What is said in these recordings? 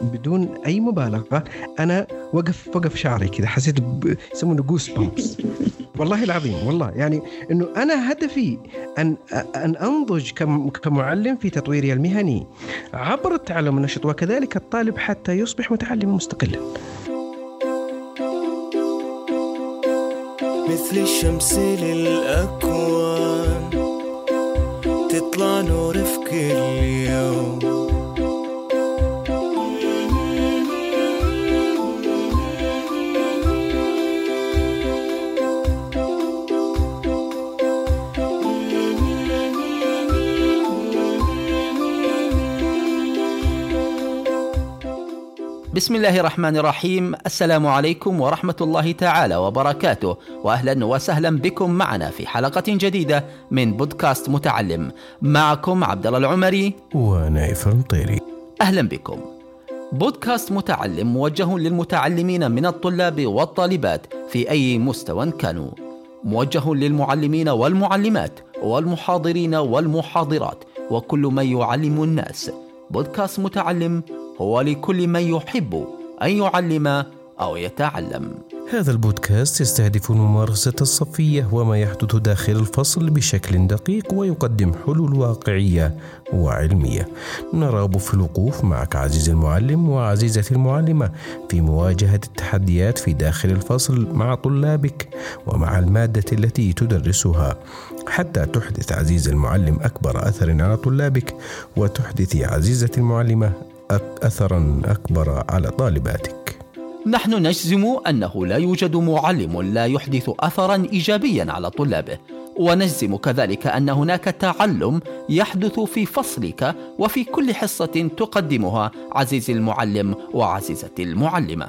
بدون أي مبالغة أنا وقف شعري كذا، حسيت يسمونه جوس بامبس والله العظيم. والله يعني إنه أنا هدفي أن أنضج كمعلم في تطويري المهني عبر التعلم النشط، وكذلك الطالب حتى يصبح متعلما مستقلا. مثل الشمس للأكوان تطلع نور في كل يوم، بسم الله الرحمن الرحيم. السلام عليكم ورحمة الله تعالى وبركاته، وأهلا وسهلا بكم معنا في حلقة جديدة من بودكاست متعلم. معكم عبد الله العمري ونايف المطيري. أهلا بكم. بودكاست متعلم موجه للمتعلمين من الطلاب والطالبات في أي مستوى كانوا، موجه للمعلمين والمعلمات والمحاضرين والمحاضرات وكل من يعلم الناس. بودكاست متعلم هو لكل من يحب أن يعلم أو يتعلم. هذا البودكاست يستهدف الممارسة الصفية وما يحدث داخل الفصل بشكل دقيق، ويقدم حلول واقعية وعلمية. نرغب في الوقوف معك عزيزي المعلم وعزيزتي المعلمة في مواجهة التحديات في داخل الفصل مع طلابك ومع المادة التي تدرسها، حتى تحدث عزيزي المعلم أكبر أثر على طلابك، وتحدثي عزيزتي المعلمة أثرا أكبر على طالباتك. نحن نجزم أنه لا يوجد معلم لا يحدث أثرا إيجابيا على طلابه، ونجزم كذلك أن هناك تعلم يحدث في فصلك وفي كل حصة تقدمها عزيزي المعلم وعزيزتي المعلمة.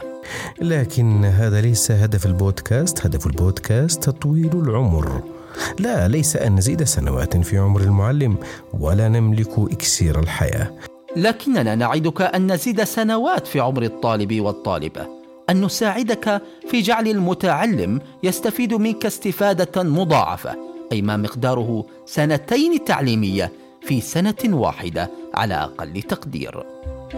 لكن هذا ليس هدف البودكاست. هدف البودكاست تطويل العمر، لا، ليس أن نزيد سنوات في عمر المعلم ولا نملك إكسير الحياة، لكننا نعدك أن نزيد سنوات في عمر الطالب والطالبة، أن نساعدك في جعل المتعلم يستفيد منك استفادة مضاعفة، أي ما مقداره 2 تعليمية في سنة واحدة على أقل تقدير.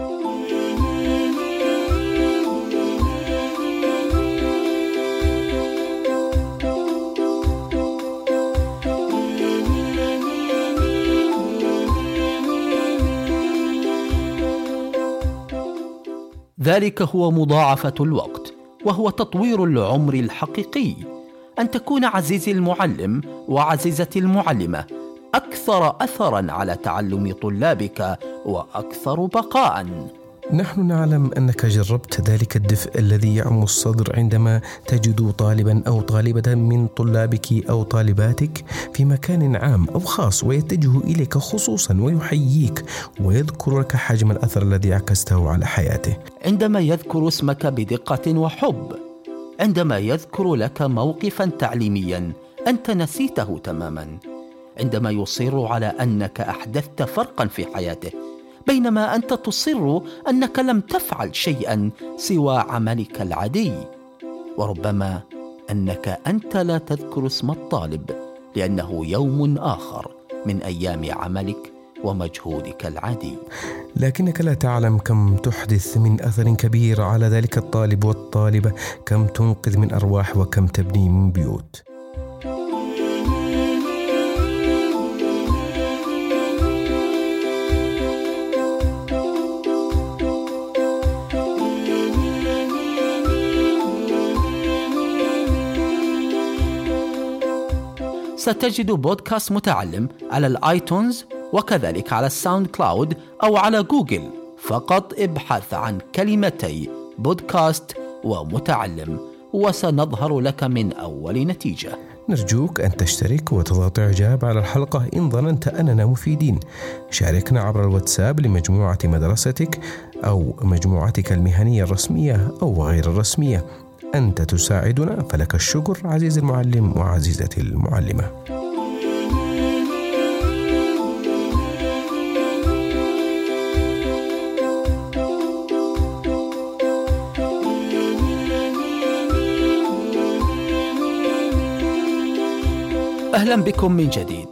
ذلك هو مضاعفة الوقت، وهو تطوير العمر الحقيقي، أن تكون عزيزي المعلم وعزيزتي المعلمة أكثر أثراً على تعلم طلابك وأكثر بقاءً. نحن نعلم أنك جربت ذلك الدفء الذي يعم الصدر عندما تجد طالبا أو طالبة من طلابك أو طالباتك في مكان عام أو خاص، ويتجه إليك خصوصا ويحييك ويذكر لك حجم الأثر الذي عكسته على حياته، عندما يذكر اسمك بدقة وحب، عندما يذكر لك موقفا تعليميا أنت نسيته تماما، عندما يصر على أنك أحدثت فرقا في حياته، بينما أنت تصر أنك لم تفعل شيئا سوى عملك العادي، وربما أنك أنت لا تذكر اسم الطالب لأنه يوم آخر من أيام عملك ومجهودك العادي. لكنك لا تعلم كم تحدث من أثر كبير على ذلك الطالب والطالبة، كم تنقذ من أرواح وكم تبني من بيوت. ستجد بودكاست متعلم على الآيتونز وكذلك على الساوند كلاود أو على جوجل، فقط ابحث عن كلمتي بودكاست ومتعلم وسنظهر لك من أول نتيجة. نرجوك أن تشترك وتضغط إعجاب على الحلقة إن ظننت أننا مفيدين. شاركنا عبر الواتساب لمجموعة مدرستك أو مجموعتك المهنية الرسمية أو غير الرسمية. أنت تساعدنا، فلك الشكر عزيزي المعلم وعزيزتي المعلمة. أهلا بكم من جديد.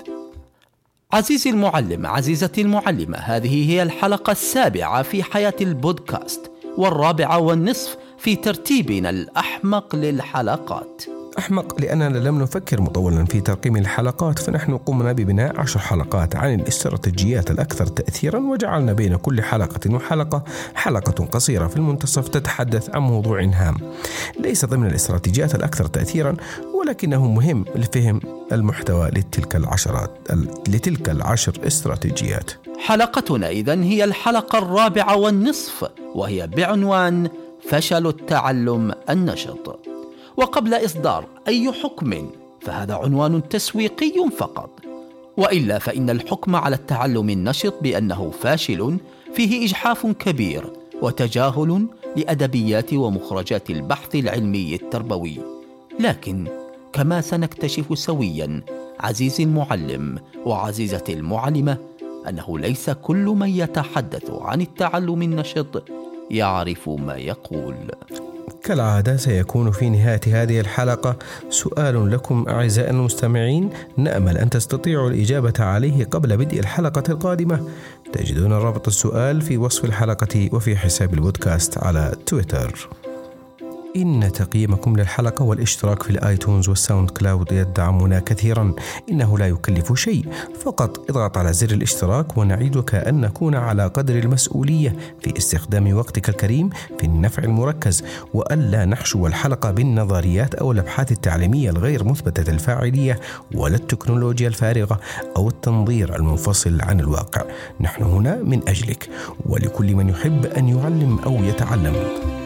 عزيزي المعلم، عزيزتي المعلمة، هذه هي الحلقة 7 في حياة البودكاست، و1/4 في ترتيبنا الأحمق للحلقات. أحمق لأننا لم نفكر مطولا في ترقيم الحلقات، فنحن قمنا ببناء 10 حلقات عن الاستراتيجيات الأكثر تأثيرا، وجعلنا بين كل حلقة وحلقة حلقة قصيرة في المنتصف تتحدث عن موضوع هام ليس ضمن الاستراتيجيات الأكثر تأثيرا، ولكنه مهم لفهم المحتوى لتلك ال10 استراتيجيات. حلقتنا إذن هي الحلقة 4/4، وهي بعنوان فشل التعلم النشط. وقبل إصدار أي حكم فهذا عنوان تسويقي فقط، وإلا فإن الحكم على التعلم النشط بأنه فاشل فيه إجحاف كبير وتجاهل لأدبيات ومخرجات البحث العلمي التربوي. لكن كما سنكتشف سويا عزيزي المعلم وعزيزتي المعلمة، أنه ليس كل من يتحدث عن التعلم النشط يعرف ما يقول. كالعادة سيكون في نهاية هذه الحلقة سؤال لكم أعزائي المستمعين، نأمل أن تستطيعوا الإجابة عليه قبل بدء الحلقة القادمة. تجدون رابط السؤال في وصف الحلقة وفي حساب البودكاست على تويتر. إن تقييمكم للحلقة والاشتراك في الآيتونز والساوند كلاود يدعمنا كثيرا. إنه لا يكلف شيء، فقط اضغط على زر الاشتراك، ونعيدك أن نكون على قدر المسؤولية في استخدام وقتك الكريم في النفع المركز، وألا نحشو الحلقة بالنظريات أو الأبحاث التعليمية الغير مثبتة الفاعلية، ولا التكنولوجيا الفارغة أو التنظير المنفصل عن الواقع. نحن هنا من أجلك ولكل من يحب أن يعلم أو يتعلم.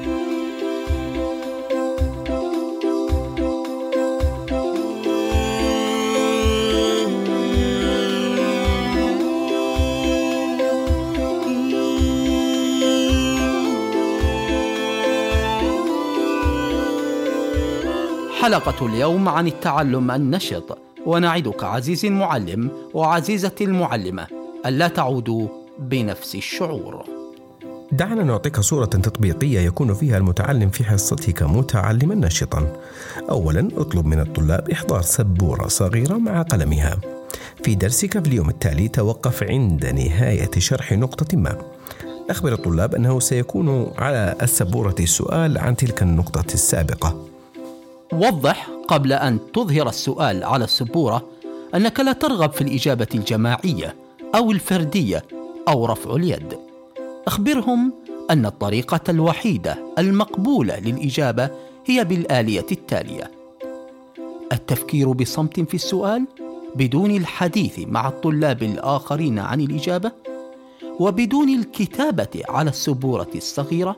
حلقة اليوم عن التعلم النشط، ونعدك عزيزي المعلم وعزيزتي المعلمة ألا تعودوا بنفس الشعور. دعنا نعطيك صورة تطبيقية يكون فيها المتعلم في حصتك متعلما نشطا. أولا، اطلب من الطلاب إحضار سبورة صغيرة مع قلمها. في درسك في اليوم التالي توقف عند نهاية شرح نقطة ما. أخبر الطلاب أنه سيكون على السبورة السؤال عن تلك النقطة السابقة. وضح قبل أن تظهر السؤال على السبورة أنك لا ترغب في الإجابة الجماعية أو الفردية أو رفع اليد. أخبرهم أن الطريقة الوحيدة المقبولة للإجابة هي بالآلية التالية: التفكير بصمت في السؤال بدون الحديث مع الطلاب الآخرين عن الإجابة، وبدون الكتابة على السبورة الصغيرة،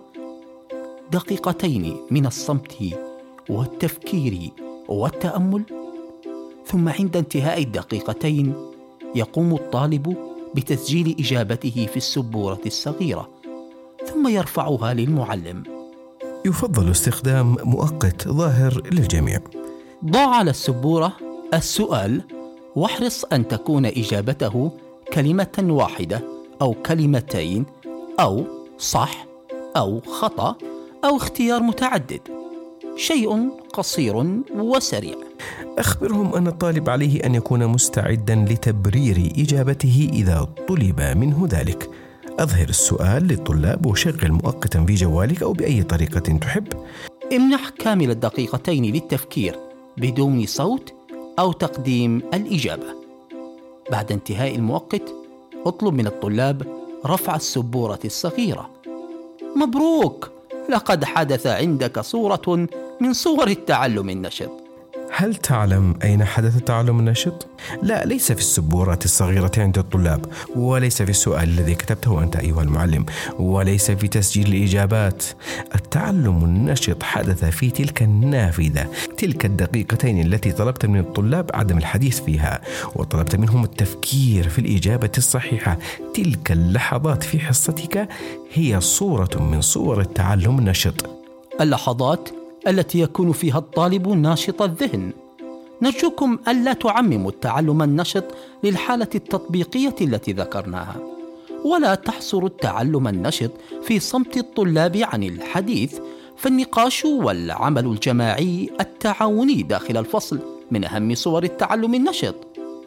2 من الصمت والتفكير والتأمل، ثم عند انتهاء 2 يقوم الطالب بتسجيل إجابته في السبورة الصغيرة، ثم يرفعها للمعلم. يفضل استخدام مؤقت ظاهر للجميع. ضع على السبورة السؤال، واحرص أن تكون إجابته كلمة واحدة أو كلمتين، أو صح أو خطأ، أو اختيار متعدد. شيء قصير وسريع. أخبرهم أن الطالب عليه أن يكون مستعدا لتبرير إجابته إذا طلب منه ذلك. أظهر السؤال للطلاب وشغل مؤقتا في جوالك أو بأي طريقة تحب. امنح كامل 2 للتفكير بدون صوت أو تقديم الإجابة. بعد انتهاء المؤقت اطلب من الطلاب رفع السبورة الصغيرة. مبروك، لقد حدث عندك صورة من صور التعلم النشط. هل تعلم أين حدث التعلم النشط؟ لا، ليس في السبورات الصغيرة عند الطلاب، وليس في السؤال الذي كتبته أنت أيها المعلم، وليس في تسجيل الإجابات. التعلم النشط حدث في تلك النافذة، تلك 2 التي طلبت من الطلاب عدم الحديث فيها، وطلبت منهم التفكير في الإجابة الصحيحة. تلك اللحظات في حصتك هي صورة من صور التعلم النشط. اللحظات التي يكون فيها الطالب ناشط الذهن. نرجوكم ألا تعمموا التعلم النشط للحالة التطبيقية التي ذكرناها، ولا تحصروا التعلم النشط في صمت الطلاب عن الحديث، فالنقاش والعمل الجماعي التعاوني داخل الفصل من أهم صور التعلم النشط.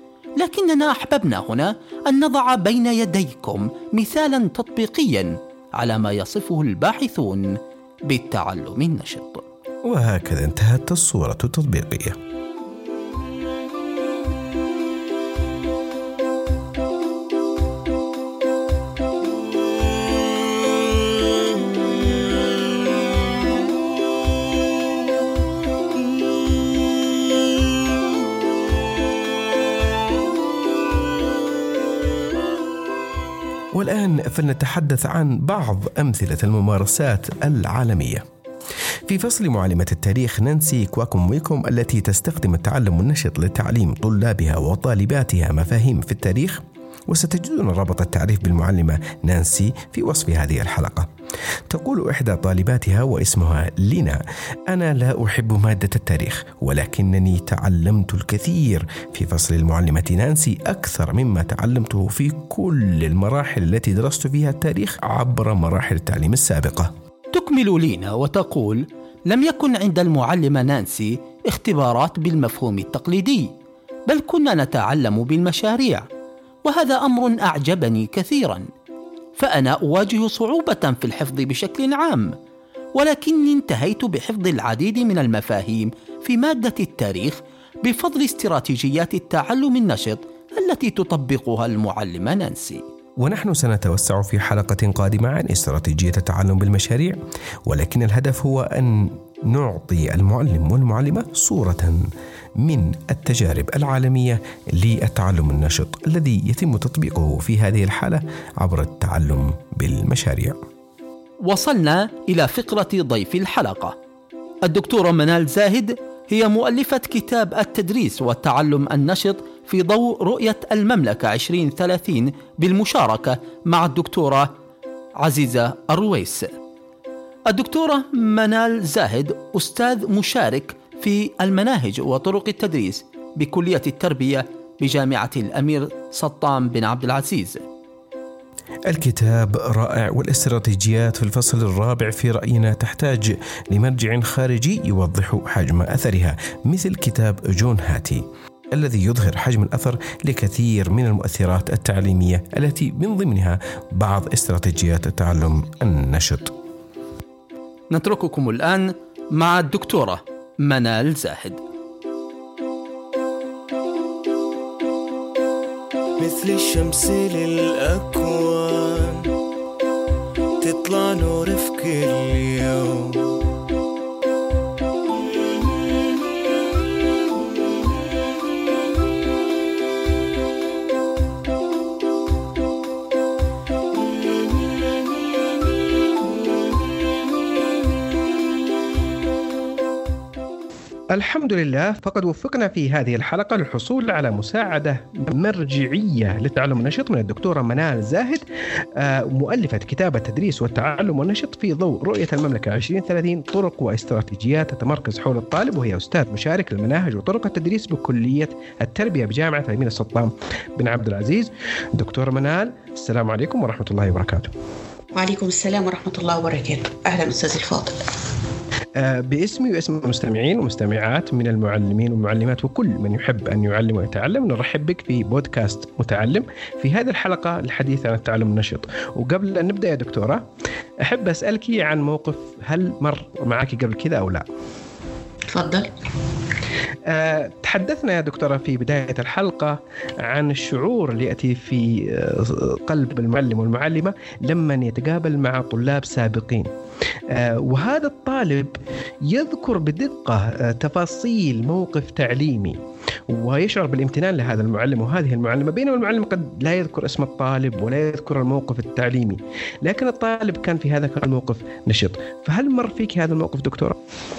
لكننا أحببنا هنا أن نضع بين يديكم مثالا تطبيقيا على ما يصفه الباحثون بالتعلم النشط. وهكذا انتهت الصورة التطبيقية. والآن فلنتحدث عن بعض أمثلة الممارسات العالمية. في فصل معلمة التاريخ نانسي كواكومويكوم التي تستخدم التعلم النشط لتعليم طلابها وطالباتها مفاهيم في التاريخ، وستجدون رابط التعريف بالمعلمة نانسي في وصف هذه الحلقة. تقول إحدى طالباتها واسمها لينا: أنا لا أحب مادة التاريخ، ولكنني تعلمت الكثير في فصل المعلمة نانسي أكثر مما تعلمته في كل المراحل التي درست فيها التاريخ عبر مراحل التعليم السابقة. تكمل لينا وتقول: لم يكن عند المعلمة نانسي اختبارات بالمفهوم التقليدي، بل كنا نتعلم بالمشاريع، وهذا أمر أعجبني كثيرا، فأنا أواجه صعوبة في الحفظ بشكل عام، ولكني انتهيت بحفظ العديد من المفاهيم في مادة التاريخ بفضل استراتيجيات التعلم النشط التي تطبقها المعلمة نانسي. ونحن سنتوسع في حلقة قادمة عن استراتيجية التعلم بالمشاريع، ولكن الهدف هو أن نعطي المعلم والمعلمة صورة من التجارب العالمية للتعلم النشط الذي يتم تطبيقه في هذه الحالة عبر التعلم بالمشاريع. وصلنا إلى فقرة ضيف الحلقة. الدكتورة منال زاهد هي مؤلفة كتاب التدريس والتعلم النشط في ضوء رؤية المملكة 2030 بالمشاركة مع الدكتورة عزيزة الرويس. الدكتورة منال زاهد أستاذ مشارك في المناهج وطرق التدريس بكلية التربية بجامعة الأمير سلطان بن عبد العزيز. الكتاب رائع، والاستراتيجيات في الفصل الرابع في رأينا تحتاج لمرجع خارجي يوضح حجم أثرها، مثل كتاب جون هاتي الذي يظهر حجم الأثر لكثير من المؤثرات التعليمية التي من ضمنها بعض استراتيجيات التعلم النشط. نترككم الآن مع الدكتورة منال زاهد. مثل الشمس للأكوان تطلع نور في كل يوم، الحمد لله، فقد وفقنا في هذه الحلقة للحصول على مساعدة مرجعية للتعلم النشط من الدكتورة منال زاهد، مؤلفة كتاب التدريس والتعلم والنشط في ضوء رؤية المملكة 2030 طرق واستراتيجيات تتمركز حول الطالب، وهي أستاذ مشارك للمناهج وطرق التدريس بكلية التربية بجامعة الأمير سلطان بن عبد العزيز. دكتورة منال، السلام عليكم ورحمة الله وبركاته. وعليكم السلام ورحمة الله وبركاته. أهلا أستاذ الفاضل. باسمي واسم المستمعين ومستمعات من المعلمين والمعلمات وكل من يحب أن يعلم ويتعلم، نرحب بك في بودكاست متعلم في هذه الحلقة الحديث عن التعلم النشط. وقبل أن نبدأ يا دكتورة، أحب أسألك عن موقف هل مر معك قبل كذا أو لا؟ تفضل. تحدثنا يا دكتورة في بداية الحلقة عن الشعور اللي يأتي في قلب المعلم والمعلمة لما يتقابل مع طلاب سابقين، وهذا الطالب يذكر بدقة تفاصيل موقف تعليمي ويشعر بالامتنان لهذا المعلم وهذه المعلمة، بينما المعلم قد لا يذكر اسم الطالب ولا يذكر الموقف التعليمي، لكن الطالب كان في هذا الموقف نشط. فهل مر فيك هذا الموقف دكتورة؟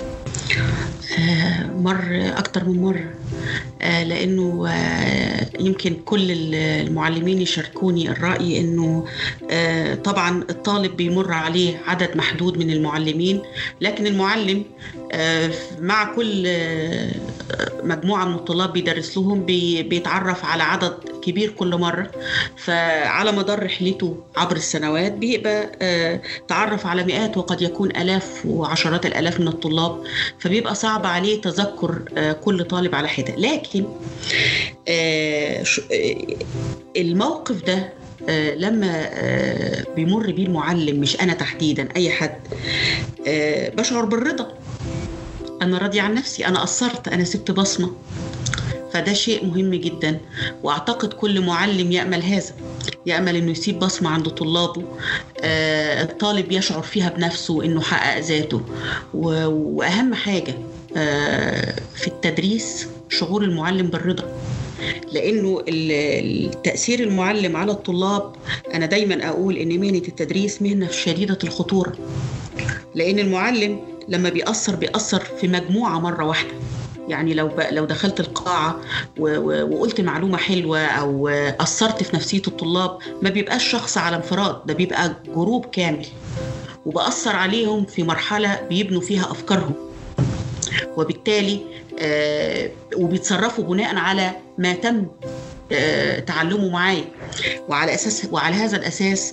مر أكتر من مرة، لأنه يمكن كل المعلمين يشاركوني الرأي أنه طبعا الطالب بيمر عليه عدد محدود من المعلمين، لكن المعلم مع كل مجموعة من الطلاب بيدرس لهم بيتعرف على عدد كبير كل مرة، فعلى مدار رحلته عبر السنوات بيبقى تعرف على مئات وقد يكون آلاف وعشرات الآلاف من الطلاب، فبيبقى صعب عليه تذكر كل طالب على حدة. لكن الموقف ده لما بيمر بيه المعلم، مش أنا تحديدا، أي حد، بشعر بالرضا. أنا راضي عن نفسي، أنا قصرت، أنا سبت بصمة. فده شيء مهم جدا، وأعتقد كل معلم يأمل هذا، يأمل أنه يسيب بصمة عند طلابه، الطالب يشعر فيها بنفسه أنه حقق ذاته. وأهم حاجة في التدريس شعور المعلم بالرضا، لأنه التأثير المعلم على الطلاب، أنا دايما أقول أن مهنة التدريس مهنة شديدة الخطورة، لأن المعلم لما بيأثر في مجموعة مرة واحدة. يعني لو دخلت القاعة وقلت معلومة حلوة أو أثرت في نفسية الطلاب، ما بيبقاش شخص على انفراد، ده بيبقى جروب كامل، وبأثر عليهم في مرحلة بيبنوا فيها أفكارهم، وبالتالي وبيتصرفوا بناء على ما تم تعلمه معايا. وعلى هذا الأساس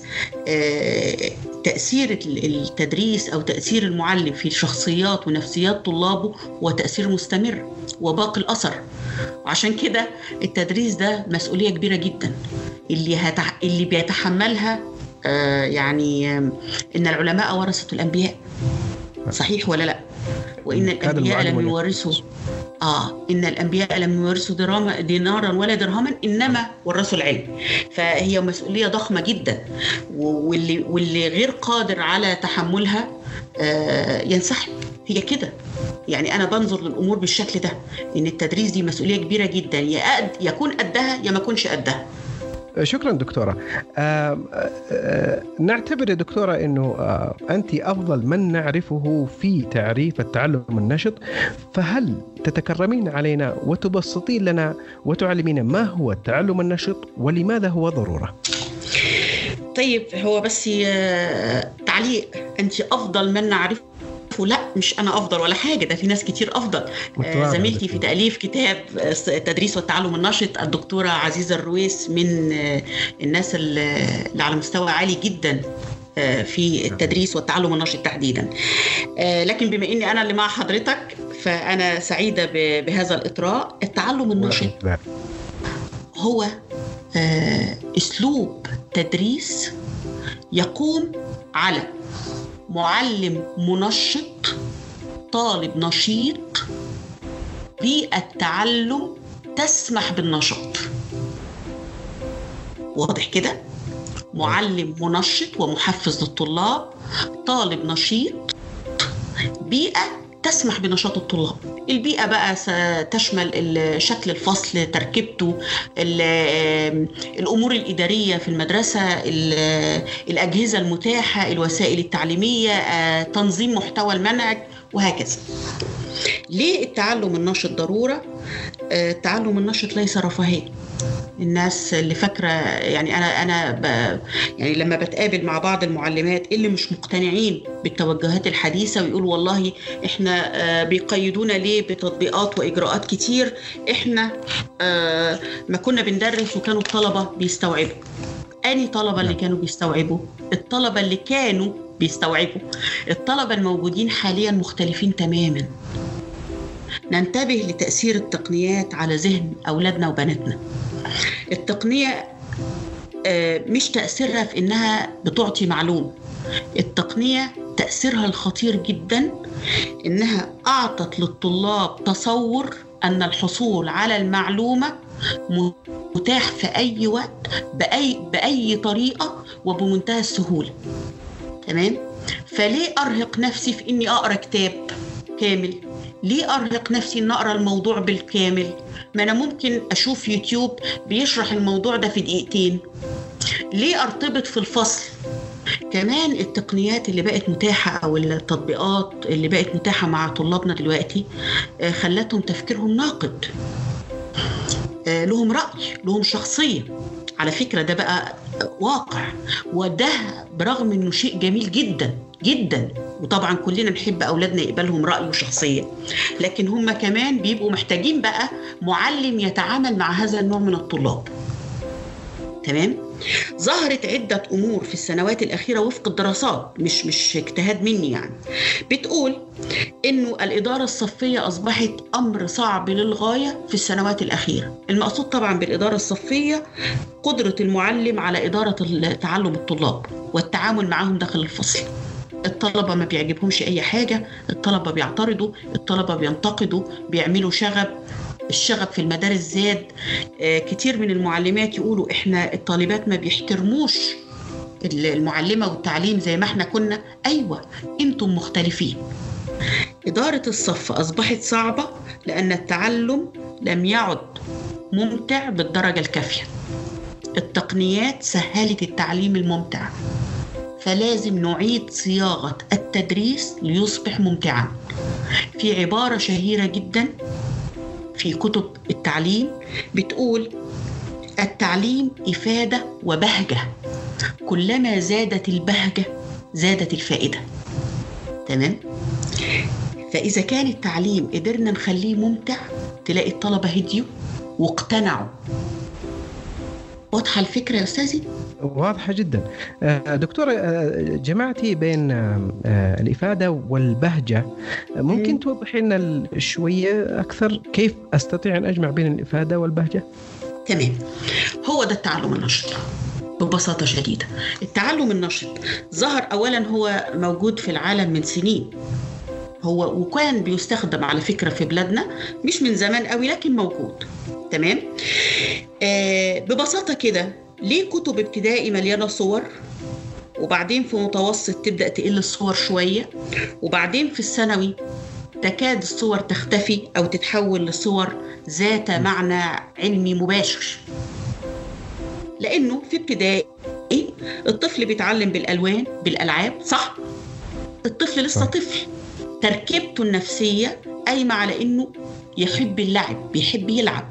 تأثير التدريس أو تأثير المعلم في شخصيات ونفسيات طلابه هو تأثير مستمر وباقي الأثر. وعشان كده التدريس ده مسؤولية كبيرة جدا اللي بيتحملها يعني إن العلماء ورثة الأنبياء، صحيح ولا لا؟ وإن الأنبياء لم يورثوا إن الأنبياء لم يورثوا دينارا ولا درهما، إنما ورثوا العلم. فهي مسؤولية ضخمة جدا، واللي غير قادر على تحملها ينسحب. هي كده، يعني أنا بنظر للأمور بالشكل ده، إن التدريس دي مسؤولية كبيرة جدا، يكون قدها يا ما كنش قدها. شكرا دكتورة. نعتبر يا دكتورة أنه أنت أفضل من نعرفه في تعريف التعلم النشط، فهل تتكرمين علينا وتبسطين لنا وتعلمين ما هو التعلم النشط ولماذا هو ضرورة؟ طيب، هو بس تعليق، أنت أفضل من نعرفه، لا مش أنا أفضل ولا حاجة، ده في ناس كتير أفضل. زميلتي في تأليف كتاب التدريس والتعلم النشط الدكتورة عزيزة الرويس من الناس اللي على مستوى عالي جدا في التدريس والتعلم النشط تحديدا. لكن بما أني أنا اللي مع حضرتك، فأنا سعيدة بهذا الإطراء. التعلم النشط هو أسلوب تدريس يقوم على معلم منشط، طالب نشيط، بيئة تعلم تسمح بالنشاط. واضح كده؟ معلم منشط ومحفز للطلاب، طالب نشيط، بيئة تسمح بنشاط الطلاب. البيئة بقى ستشمل شكل الفصل، تركيبته، الأمور الإدارية في المدرسة، الأجهزة المتاحة، الوسائل التعليمية، تنظيم محتوى المنهج، وهكذا. ليه التعلم النشط ضرورة؟ التعلم النشط ليس رفاهية. الناس اللي فاكرة، يعني أنا يعني لما بتقابل مع بعض المعلمات اللي مش مقتنعين بالتوجهات الحديثة ويقولوا والله إحنا بيقيدونا ليه بتطبيقات وإجراءات كتير، إحنا ما كنا بندرس وكانوا الطلبة بيستوعبوا. أني طلبة اللي كانوا بيستوعبوا؟ الطلبة اللي كانوا بيستوعبوا. الطلبة الموجودين حاليا مختلفين تماما. ننتبه لتأثير التقنيات على ذهن أولادنا وبناتنا. التقنية مش تأثيرها في إنها بتعطي معلومة. التقنية تأثيرها الخطير جدا إنها أعطت للطلاب تصور أن الحصول على المعلومة متاح في أي وقت بأي طريقة وبمنتهى السهولة. تمام؟ فليه أرهق نفسي في إني أقرأ كتاب كامل؟ ليه أرهق نفسي إن أقرأ الموضوع بالكامل؟ ما أنا ممكن أشوف يوتيوب بيشرح الموضوع ده في دقيقتين. ليه أرتبط في الفصل؟ كمان التقنيات اللي بقت متاحة أو التطبيقات اللي بقت متاحة مع طلابنا دلوقتي خلتهم تفكيرهم ناقد، لهم رأي، لهم شخصية. على فكرة ده بقى واقع، وده برغم إنه شيء جميل جدا جدا، وطبعا كلنا نحب أولادنا يقبلهم رأي وشخصية، لكن هم كمان بيبقوا محتاجين بقى معلم يتعامل مع هذا النوع من الطلاب. تمام؟ ظهرت عدة أمور في السنوات الأخيرة وفق الدراسات، مش اجتهاد مني يعني، بتقول إنه الإدارة الصفية أصبحت أمر صعب للغاية في السنوات الأخيرة. المقصود طبعا بالإدارة الصفية قدرة المعلم على إدارة تعلم الطلاب والتعامل معهم داخل الفصل. الطلبة ما بيعجبهمش أي حاجة، الطلبة بيعترضوا، الطلبة بينتقدوا، بيعملوا شغب. الشغب في المدارس زاد. كتير من المعلمات يقولوا إحنا الطالبات ما بيحترموش المعلمة والتعليم زي ما احنا كنا. أيوة، انتم مختلفين. إدارة الصف أصبحت صعبة لأن التعلم لم يعد ممتع بالدرجة الكافية. التقنيات سهلت التعليم الممتع، فلازم نعيد صياغة التدريس ليصبح ممتعا. في عبارة شهيرة جدا في كتب التعليم بتقول: التعليم إفادة وبهجة، كلما زادت البهجة زادت الفائدة. تمام؟ فإذا كان التعليم قدرنا نخليه ممتع، تلاقي الطلبة هديوا واقتنعوا. واضحة الفكرة يا أستاذي؟ واضحة جدا. دكتورة، جمعتي بين الإفادة والبهجة، ممكن توضحي لنا شوية أكثر كيف أستطيع أن أجمع بين الإفادة والبهجة؟ تمام، هو ده التعلم النشط ببساطة شديدة. التعلم النشط ظهر أولا، هو موجود في العالم من سنين، وكان بيستخدم على فكرة في بلادنا مش من زمان قوي لكن موجود. تمام؟ ببساطة كده، ليه كتب ابتدائي مليانة صور، وبعدين في متوسط تبدأ تقل الصور شوية، وبعدين في الثانوي تكاد الصور تختفي أو تتحول لصور ذات معنى علمي مباشر. لأنه في ابتدائي الطفل بيتعلم بالألوان بالألعاب، صح؟ الطفل لسه طفل، تركيبته النفسية قايمة على إنه يحب اللعب، بيحب يلعب.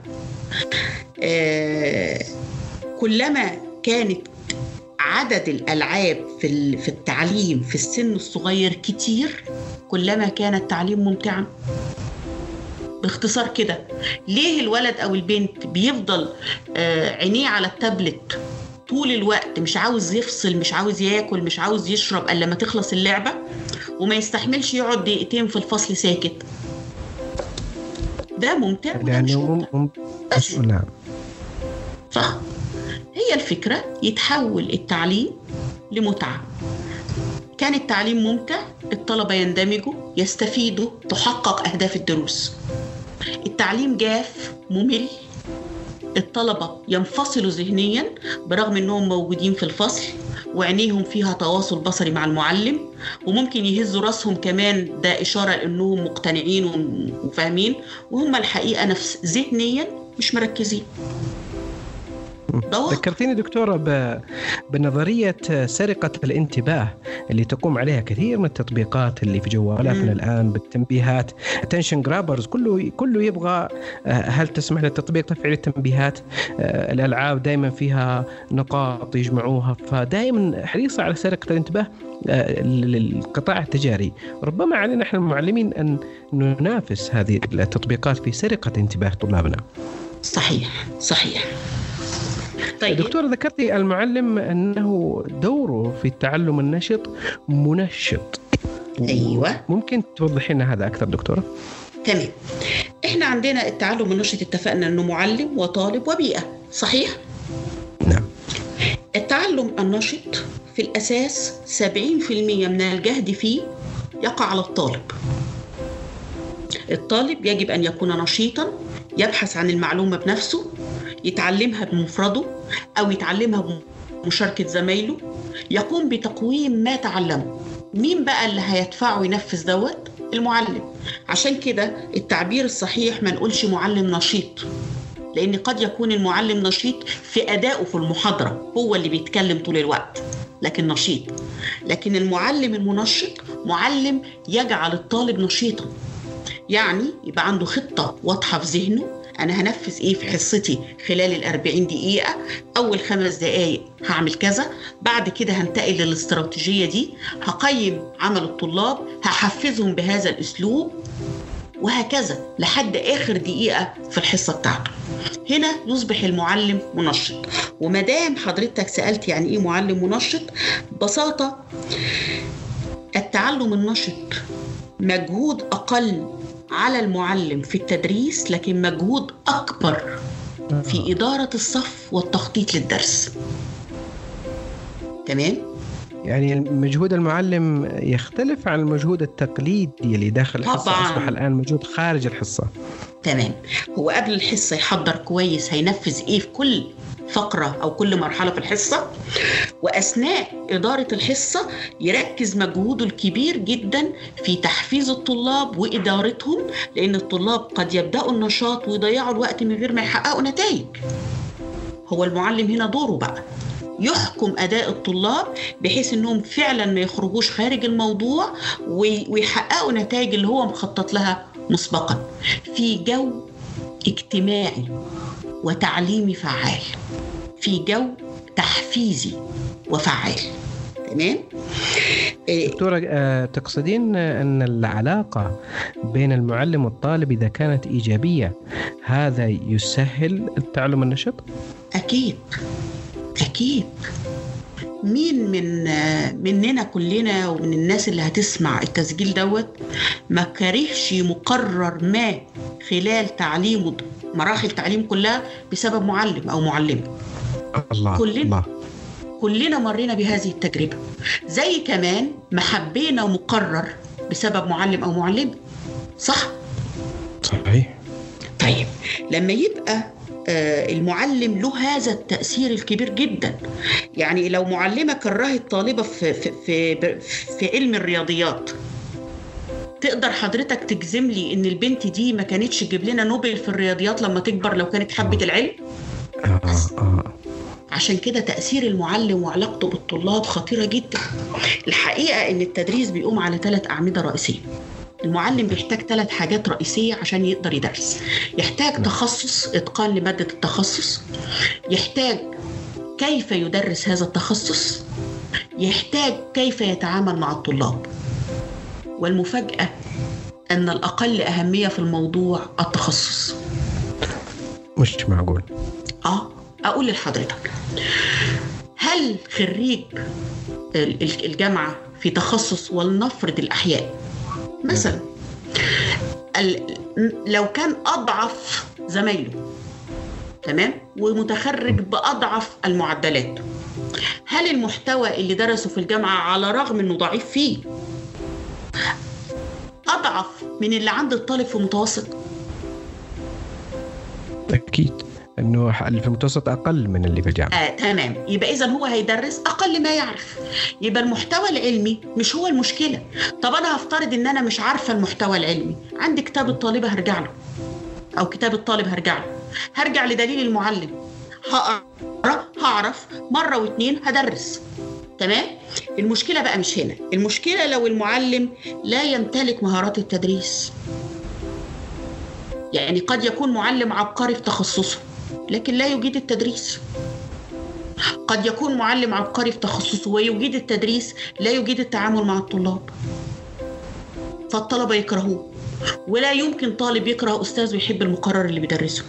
كلما كانت عدد الألعاب في التعليم في السن الصغير كتير، كلما كان التعليم ممتعا. باختصار كده، ليه الولد أو البنت بيفضل عينيه على التابلت طول الوقت، مش عاوز يفصل، مش عاوز ياكل، مش عاوز يشرب إلا لما تخلص اللعبة، وما يستحملش يقعد دقيقتين في الفصل ساكت؟ ده ممتع وده مش ممتع. نعم، صح. هي الفكرة يتحول التعليم لمتعة. كان التعليم ممتع، الطلبة يندمجوا، يستفيدوا، تحقق أهداف الدروس. التعليم جاف ممل، الطلبة ينفصلوا ذهنيا برغم أنهم موجودين في الفصل وعينيهم فيها تواصل بصري مع المعلم، وممكن يهزوا راسهم كمان، ده إشارة لأنهم مقتنعين وفاهمين، وهم الحقيقة نفس ذهنيا مش مركزين. ذكرتيني دكتورة بنظرية سرقة الانتباه اللي تقوم عليها كثير من التطبيقات اللي في جوالاتنا الآن بالتنبيهات. attention grabbers، كله يبغى. هل تسمح للتطبيق تفعيل التنبيهات؟ الألعاب دائما فيها نقاط يجمعوها، فدائما حريصة على سرقة الانتباه للقطاع التجاري. ربما علينا احنا المعلمين أن ننافس هذه التطبيقات في سرقة انتباه طلابنا. صحيح. طيب دكتور، ذكرتي المعلم أنه دوره في التعلم النشط منشط. أيوة، ممكن توضحي لنا هذا أكثر دكتورة؟ تمام. إحنا عندنا التعلم النشط اتفقنا أنه معلم وطالب وبيئة، صحيح؟ نعم. التعلم النشط في الأساس 70% من الجهد فيه يقع على الطالب. الطالب يجب أن يكون نشيطا، يبحث عن المعلومة بنفسه، يتعلمها بمفرده أو يتعلمها بمشاركة زمايله، يقوم بتقويم ما تعلمه. مين بقى اللي هيدفعه ينفذ دوت؟ المعلم. عشان كده التعبير الصحيح ما نقولش معلم نشيط، لأن قد يكون المعلم نشيط في أدائه في المحاضرة، هو اللي بيتكلم طول الوقت لكن نشيط. لكن المعلم المنشط معلم يجعل الطالب نشيطا، يعني يبقى عنده خطة واضحة في ذهنه، أنا هنفذ إيه في حصتي خلال 40 دقيقة، أول 5 دقايق هعمل كذا، بعد كده هنتقل للاستراتيجية دي، هقيم عمل الطلاب، هحفزهم بهذا الأسلوب، وهكذا لحد آخر دقيقة في الحصة بتاعته. هنا يصبح المعلم منشط. ومدام حضرتك سألت يعني إيه معلم منشط، ببساطة التعلم النشط مجهود أقل على المعلم في التدريس، لكن مجهود أكبر في إدارة الصف والتخطيط للدرس. تمام؟ يعني مجهود المعلم يختلف عن المجهود التقليدي اللي داخل الحصة. طبعاً. أصبح الآن مجهود خارج الحصة. تمام. هو قبل الحصة يحضر كويس هينفذ إيه في كل فقرة أو كل مرحلة في الحصة، وأثناء إدارة الحصة يركز مجهوده الكبير جدا في تحفيز الطلاب وإدارتهم، لأن الطلاب قد يبدأوا النشاط ويضيعوا الوقت من غير ما يحققوا نتائج. هو المعلم هنا دوره بقى يحكم أداء الطلاب بحيث أنهم فعلا ما يخرجوش خارج الموضوع ويحققوا نتائج اللي هو مخطط لها مسبقا في جو اجتماعي وتعليمي فعال، في جو تحفيزي وفعال. تمام؟ دكتورة، تقصدين أن العلاقة بين المعلم والطالب إذا كانت إيجابية هذا يسهل التعلم النشط؟ أكيد أكيد. مين مننا كلنا ومن الناس اللي هتسمع التسجيل دوت ما كرهش مقرر ما خلال تعليمه، مراحل تعليم كلها، بسبب معلم أو معلمة؟ الله. كلنا مرينا بهذه التجربة. زي كمان ما حبينا مقرر بسبب معلم أو معلمة. صح؟ صحيح. طيب لما يبقى المعلم له هذا التأثير الكبير جدا، يعني لو معلمة كرهت طالبة في علم الرياضيات، تقدر حضرتك تجزم لي إن البنت دي ما كانتش تجيب لنا نوبل في الرياضيات لما تكبر لو كانت حبت العلم؟ عشان كده تأثير المعلم وعلاقته بالطلاب خطيرة جدا. الحقيقة إن التدريس بيقوم على 3 أعمدة رئيسية. المعلم بيحتاج 3 حاجات رئيسية عشان يقدر يدرس. يحتاج تخصص، إتقان لمادة التخصص، يحتاج كيف يدرس هذا التخصص، يحتاج كيف يتعامل مع الطلاب. والمفاجأة أن الأقل أهمية في الموضوع التخصص. مش معقول. أقول لحضرتك، هل خريج الجامعة في تخصص ولنفرض الأحياء مثلا لو كان أضعف زمايله، تمام، ومتخرج بأضعف المعدلات، هل المحتوى اللي درسه في الجامعة على الرغم أنه ضعيف فيه أضعف من اللي عند الطالب في المتوسط؟ أكيد أنه اللي في المتوسط أقل من اللي في الجامعة. تمام. يبقى إذن هو هيدرس أقل ما يعرف. يبقى المحتوى العلمي مش هو المشكلة. طب أنا هفترض إن أنا مش عارفة المحتوى العلمي، عندي كتاب الطالبة هرجع له، أو كتاب الطالب هرجع له، هرجع لدليل المعلم، هقرأ، هعرف مرة و2 هدرس. تمام؟ المشكلة بقى مش هنا. المشكلة لو المعلم لا يمتلك مهارات التدريس. يعني قد يكون معلم عبقري في تخصصه لكن لا يجيد التدريس. قد يكون معلم عبقري في تخصصه ويجيد التدريس، لا يجيد التعامل مع الطلاب، فالطلبة يكرهوه. ولا يمكن طالب يكره أستاذ ويحب المقرر اللي بيدرسه.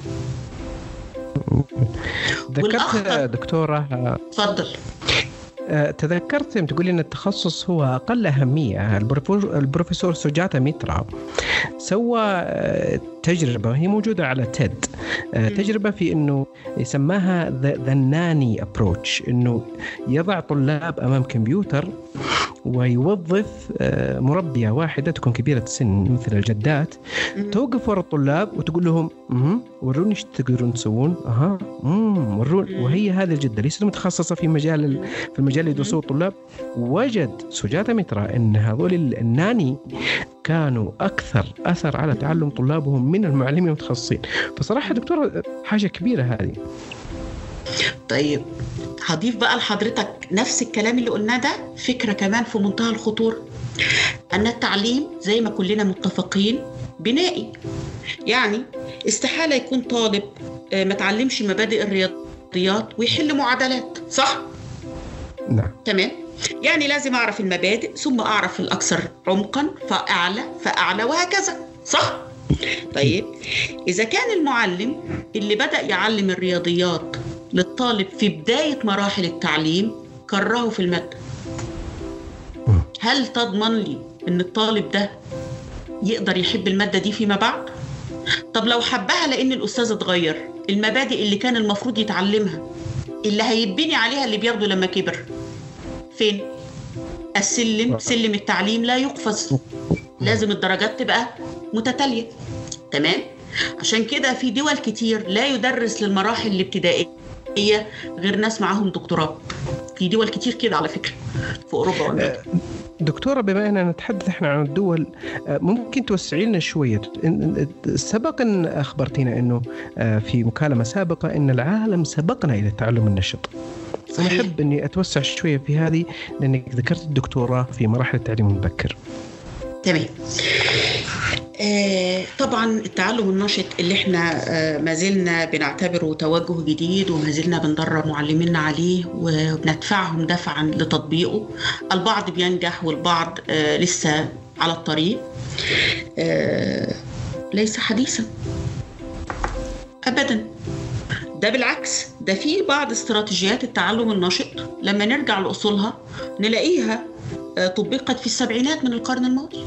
ذكرت دكتورة، تفضل. تذكرت تقولي أن التخصص هو أقل أهمية. البروفيسور سوجاتا ميترا سوى تجربة هي موجودة على تيد، تجربة في أنه يسماها the nanny approach، أنه يضع طلاب أمام كمبيوتر ويوظف مربية واحدة تكون كبيرة السن مثل الجدات، توقف وراء الطلاب وتقول لهم وروني ايش تقدرون تسوون، ورون. وهي هذه الجدة ليست متخصصة في المجال اللي يدرسوه الطلاب. وجد سوجاتا ميترا أن هذول الناني كانوا أكثر أثر على تعلم طلابهم من المعلمين المتخصصين. فصراحة دكتورة حاجة كبيرة هذه. طيب هضيف بقى لحضرتك نفس الكلام اللي قلناه ده فكرة كمان في منتهى الخطورة، أن التعليم زي ما كلنا متفقين بنائي. يعني استحالة يكون طالب ما تعلمش مبادئ الرياضيات ويحل معادلات، صح؟ نعم. تمام. يعني لازم أعرف المبادئ ثم أعرف الأكثر عمقا فأعلى وهكذا، صح؟ طيب إذا كان المعلم اللي بدأ يعلم الرياضيات للطالب في بداية مراحل التعليم كرهه في المادة، هل تضمن لي أن الطالب ده يقدر يحب المادة دي فيما بعد؟ طب لو حبها لأن الأستاذ اتغير، المبادئ اللي كان المفروض يتعلمها اللي هيتبني عليها اللي بياخده لما كبر فين؟ سلم التعليم لا يقفز، لازم الدرجات تبقى متتالية. تمام؟ عشان كده في دول كتير لا يدرس للمراحل الابتدائية غير ناس معاهم دكتوراه. في دول كتير كده على فكرة في أوروبا وأمريكا. دكتورة، بما أننا نتحدث إحنا عن الدول، ممكن توسعي لنا شوية؟ سبق أن أخبرتينا أنه في مكالمة سابقة أن العالم سبقنا إلى تعلم النشط. أنا أحب أني أتوسع شوية في هذه، لأنك ذكرت الدكتوراه في مراحل التعليم المبكر. تمام. طبعا التعلم النشط اللي احنا ما زلنا بنعتبره توجه جديد، وما زلنا بندرب معلمينا عليه وبندفعهم دفعا لتطبيقه. البعض بينجح والبعض لسه على الطريق. ليس حديثا أبدا، ده بالعكس، ده في بعض استراتيجيات التعلم النشط لما نرجع لأصولها نلاقيها طبقت في السبعينات من القرن الماضي،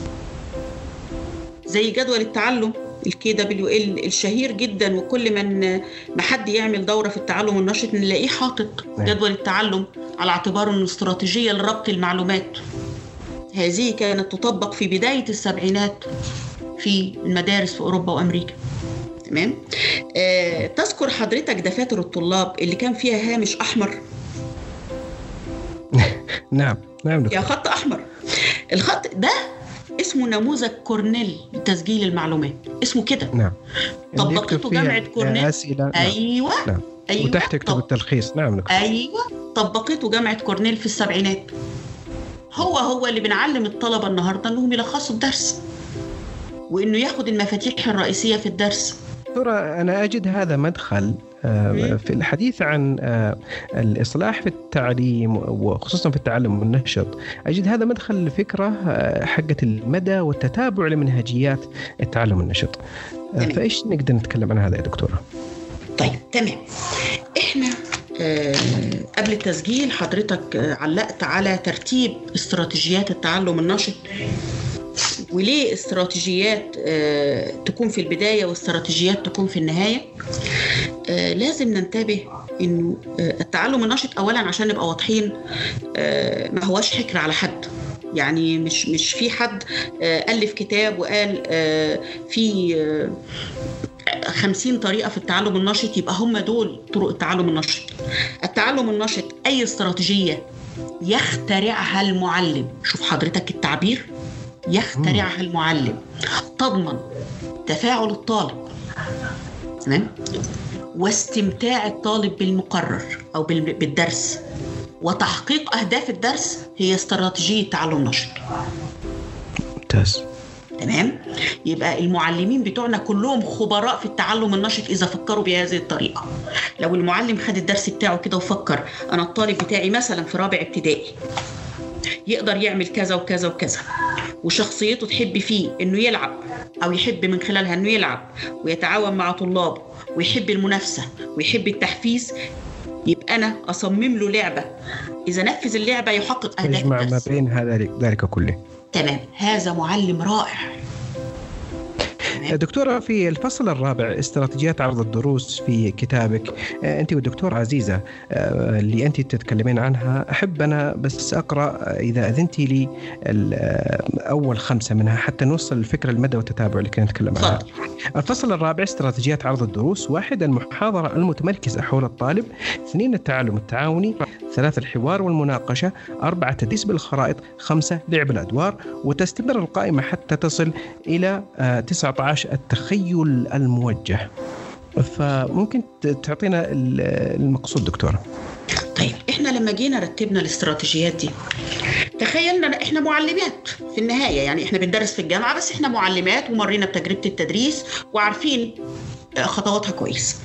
زي جدول التعلم الKWL الشهير جدا، وكل ما حد يعمل دورة في التعلم النشط نلاقيه حاطط جدول التعلم على اعتباره انه استراتيجية لربط المعلومات. هذه كانت تطبق في بداية السبعينات في المدارس في أوروبا وأمريكا. تمام؟ تذكر حضرتك دفاتر الطلاب اللي كان فيها هامش أحمر؟ نعم يا خط أحمر. الخط ده اسمه نموذج كورنيل لتسجيل المعلومات، اسمه كده. نعم. طبقته جامعة كورنيل. أسئلة. أيوة. نعم. أيوة. وتحت تكتب التلخيص. نعم. أيوة، طبقته جامعة كورنيل في السبعينات. هو اللي بنعلم الطلبة النهاردة أنهم يلخصوا الدرس وإنه ياخد المفاتيح الرئيسية في الدرس. دكتورة، أنا أجد هذا مدخل في الحديث عن الإصلاح في التعليم وخصوصا في التعلم والنشط. أجد هذا مدخل لفكرة حقة المدى والتتابع لمنهجيات التعلم والنشط. فإيش نقدر نتكلم عن هذا يا دكتورة؟ طيب تمام. إحنا قبل التسجيل حضرتك علقت على ترتيب استراتيجيات التعلم النشط، وليه استراتيجيات تكون في البداية واستراتيجيات تكون في النهاية. لازم ننتبه إنه التعلم النشط أولاً عشان نبقى واضحين ما هوش حكر على حد. يعني مش في حد ألف كتاب وقال في 50 طريقة في التعلم النشط يبقى هم دول طرق التعلم النشط. التعلم النشط أي استراتيجية يخترعها المعلم، شوف حضرتك التعبير، يخترعها المعلم، تضمن تفاعل الطالب، تمام، واستمتاع الطالب بالمقرر أو بالدرس، وتحقيق أهداف الدرس، هي استراتيجية تعلم نشط. ممتاز. تمام. يبقى المعلمين بتوعنا كلهم خبراء في التعلم النشط إذا فكروا بهذه الطريقة. لو المعلم خد الدرس بتاعه كده وفكر أنا الطالب بتاعي مثلا في رابع ابتدائي يقدر يعمل كذا وكذا وكذا، وشخصيته تحب فيه إنه يلعب أو يحب من خلالها إنه يلعب ويتعاون مع طلابه ويحب المنافسة ويحب التحفيز، يبقى أنا أصمم له لعبة إذا نفذ اللعبة يحقق أهداف يجمع الدرس. ما بين ذلك كله. تمام. هذا معلم رائع. دكتورة، في الفصل الرابع استراتيجيات عرض الدروس في كتابك، أنت والدكتورة عزيزة اللي أنت تتكلمين عنها، أحب أنا بس أقرأ إذا أذنتي لي أول 5 منها حتى نوصل الفكرة المدى والتتابع اللي كنا نتكلم عنها. الفصل الرابع استراتيجيات عرض الدروس: 1 المحاضرة المتمركزة حول الطالب، 2 التعلم التعاوني، 3 الحوار والمناقشة، 4 التدريس بالخرائط، 5 لعب الأدوار، وتستمر القائمة حتى تصل إلى 19 التخيل الموجه. فممكن تعطينا المقصود دكتورة؟ طيب احنا لما جينا رتبنا الاستراتيجيات دي تخيلنا احنا معلمات في النهاية، يعني احنا بندرس في الجامعة بس احنا معلمات ومرينا بتجربة التدريس وعارفين خطواتها كويس.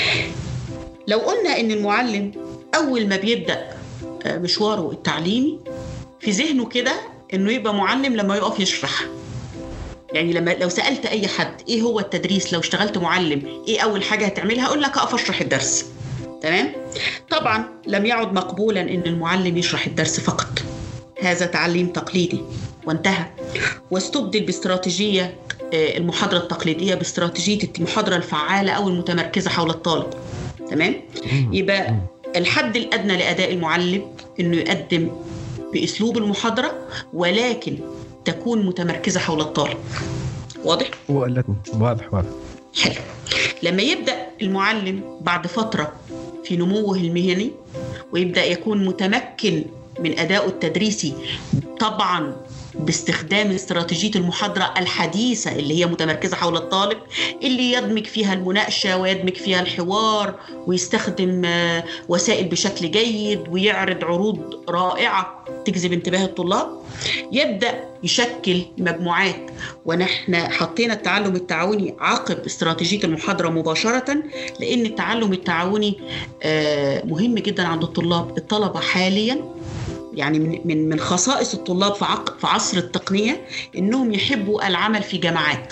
لو قلنا ان المعلم اول ما بيبدأ مشواره التعليمي في ذهنه كده انه يبقى معلم لما يقف يشرح، يعني لو سألت أي حد إيه هو التدريس لو اشتغلت معلم إيه أول حاجة هتعملها، أقول لك أقف أشرح الدرس. تمام؟ طبعا لم يعد مقبولا إن المعلم يشرح الدرس فقط، هذا تعليم تقليدي وانتهى. واستبدل باستراتيجية المحاضرة التقليدية باستراتيجية المحاضرة الفعالة أو المتمركزة حول الطالب. تمام؟ يبقى الحد الأدنى لأداء المعلم إنه يقدم بأسلوب المحاضرة ولكن تكون متمركزة حول الطالب. واضح؟ واضح. حلو. لما يبدأ المعلم بعد فترة في نموه المهني ويبدأ يكون متمكن من أدائه التدريسي، طبعاً باستخدام استراتيجية المحاضرة الحديثة اللي هي متمركزة حول الطالب، اللي يدمج فيها المناقشة ويدمج فيها الحوار ويستخدم وسائل بشكل جيد ويعرض عروض رائعة تجذب انتباه الطلاب، يبدأ يشكل مجموعات. ونحن حطينا التعلم التعاوني عقب استراتيجية المحاضرة مباشرة، لأن التعلم التعاوني مهم جدا عند الطلبة حاليا. يعني من خصائص الطلاب في عصر التقنية إنهم يحبوا العمل في جماعات.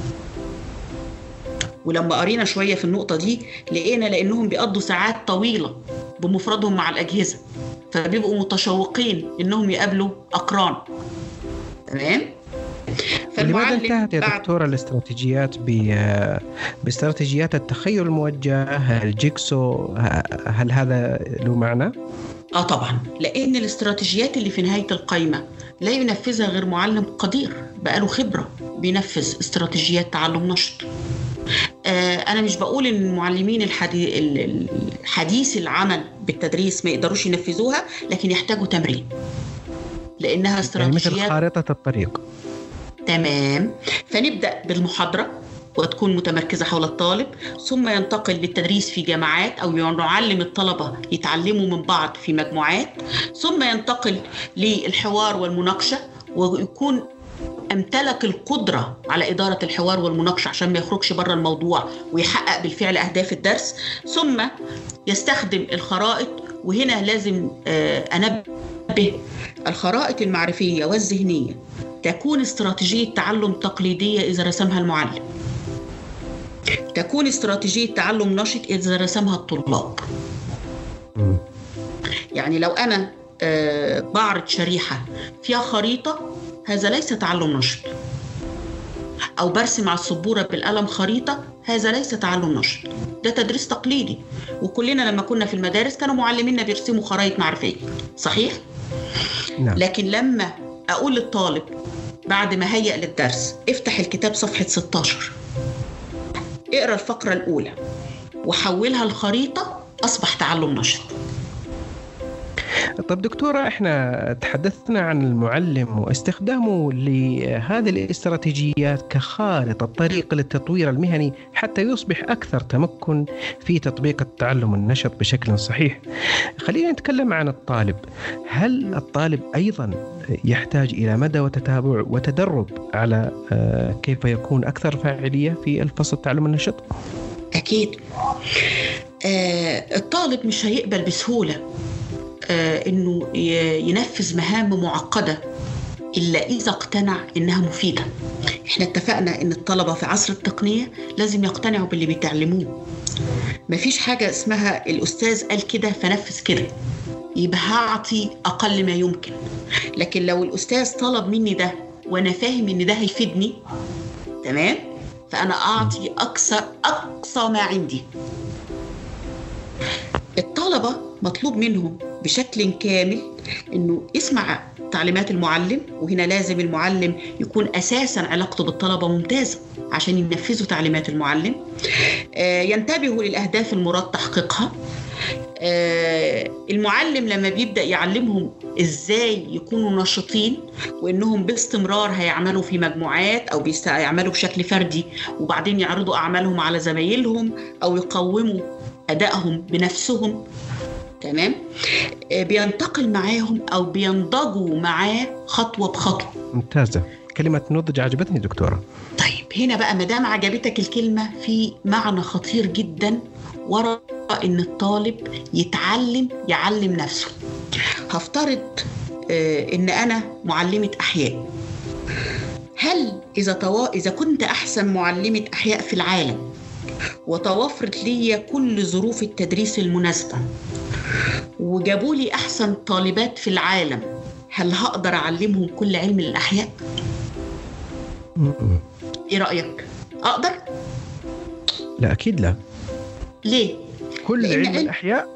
ولما قرينا شوية في النقطة دي لقينا لأنهم بيقضوا ساعات طويلة بمفردهم مع الأجهزة، فبيبقوا متشوقين إنهم يقابلوا أقران. تمام؟ لماذا انتهت يا دكتورة الاستراتيجيات باستراتيجيات التخيل الموجه، الجيكسو؟ هل هذا له معنى؟ طبعا، لأن الاستراتيجيات اللي في نهاية القائمة لا ينفذها غير معلم قدير بقاله خبرة بينفذ استراتيجيات تعلم نشط. أنا مش بقول إن المعلمين الحديث العمل بالتدريس ما يقدروش ينفذوها، لكن يحتاجوا تمرين، لأنها استراتيجيات يعني مثل خارطة الطريق. تمام. فنبدأ بالمحاضرة وتكون متمركزة حول الطالب، ثم ينتقل للتدريس في جماعات أو نعلم الطلبة يتعلموا من بعض في مجموعات، ثم ينتقل للحوار والمناقشة ويكون امتلك القدرة على إدارة الحوار والمناقشة عشان ما يخرجش بره الموضوع ويحقق بالفعل أهداف الدرس، ثم يستخدم الخرائط. وهنا لازم أنبه، الخرائط المعرفية والذهنية تكون استراتيجية تعلم تقليدية إذا رسمها المعلم، تكون استراتيجية تعلم نشط إذا رسمها الطلاب. يعني لو أنا بعرض شريحة فيها خريطة، هذا ليس تعلم نشط. أو برسم على السبورة بالقلم خريطة، هذا ليس تعلم نشط، ده تدريس تقليدي. وكلنا لما كنا في المدارس كانوا معلمينا بيرسموا خرائط معرفية، صحيح؟ نعم. لكن لما أقول للطالب بعد ما هيأ للدرس افتح الكتاب صفحة 16، اقرأ الفقرة الأولى وحولها الخريطة، أصبح تعلم نشط. طب دكتورة، احنا تحدثنا عن المعلم واستخدامه لهذه الاستراتيجيات كخارطة طريق للتطوير المهني حتى يصبح أكثر تمكن في تطبيق التعلم النشط بشكل صحيح. خلينا نتكلم عن الطالب. هل الطالب أيضا يحتاج إلى مدى وتتابع وتدرب على كيف يكون أكثر فاعلية في الفصل التعلم النشط؟ أكيد. الطالب مش هيقبل بسهولة إنه ينفذ مهام معقدة إلا إذا اقتنع إنها مفيدة. إحنا اتفقنا إن الطلبة في عصر التقنية لازم يقتنعوا باللي بيتعلموه. مفيش حاجة اسمها الأستاذ قال كده فنفذ كده، يبقى هعطي أقل ما يمكن. لكن لو الأستاذ طلب مني ده وأنا فاهم إن ده هيفيدني، تمام، فأنا أعطي أقصى ما عندي. الطلبة مطلوب منهم بشكل كامل إنه يسمع تعليمات المعلم، وهنا لازم المعلم يكون أساساً علاقته بالطلبة ممتازة عشان ينفذوا تعليمات المعلم. ينتبهوا للأهداف المراد تحقيقها. المعلم لما بيبدأ يعلمهم إزاي يكونوا نشطين وإنهم باستمرار هيعملوا في مجموعات أو يعملوا بشكل فردي وبعدين يعرضوا أعمالهم على زمايلهم أو يقوموا أدائهم بنفسهم، تمام، بينتقل معاهم أو بينضجوا معاه خطوة بخطوة. ممتازة، كلمة نضج عجبتني دكتورة. طيب هنا بقى مدام عجبتك الكلمة، في معنى خطير جدا وراء إن الطالب يعلم نفسه. هفترض إن أنا معلمة أحياء. هل إذا كنت أحسن معلمة أحياء في العالم وتوفرت لي كل ظروف التدريس المناسبة وجابوا لي أحسن طالبات في العالم، هل هقدر أعلمهم كل علم الأحياء؟ ايه رأيك؟ اقدر؟ لا اكيد لا. ليه؟ كل علم الأحياء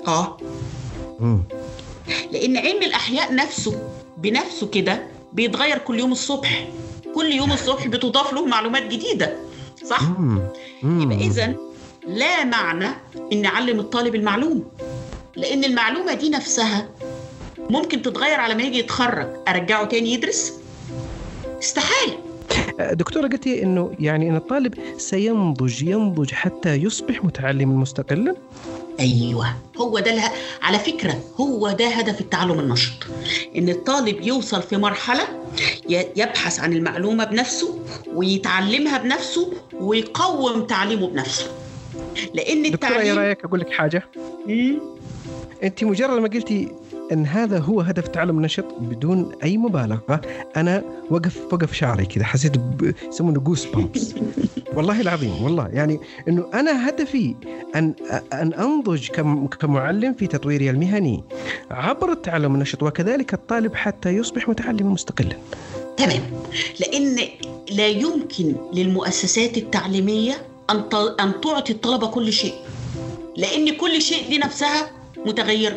لأن علم الأحياء نفسه بنفسه كده بيتغير كل يوم الصبح. كل يوم الصبح بتضاف له معلومات جديدة، صح؟ يبقى إذن لا معنى إن أعلم الطالب المعلومة، لأن المعلومة دي نفسها ممكن تتغير على ما يجي يتخرج. أرجعه تاني يدرس؟ استحالة. دكتورة قلتي إنه يعني إن الطالب سينضج حتى يصبح متعلما مستقلا. أيوة، هو ده على فكرة هو ده هدف التعلم النشط، إن الطالب يوصل في مرحلة يبحث عن المعلومة بنفسه ويتعلمها بنفسه ويقوم تعليمه بنفسه. لأن دكتورة يا رأيك أقول لك حاجة. أنت مجرد ما قلتي أن هذا هو هدف التعلم النشط بدون أي مبالغة، أنا وقف شعري كذا، حسيت يسمونه جوس بامبس. والله العظيم، والله يعني إنه أنا هدفي أن أنضج كمعلم في تطويري المهني عبر التعلم النشط، وكذلك الطالب حتى يصبح متعلما مستقلا. تمام، لأن لا يمكن للمؤسسات التعليمية أن تعطي الطلبة كل شيء، لأن كل شيء لنفسها متغيرة.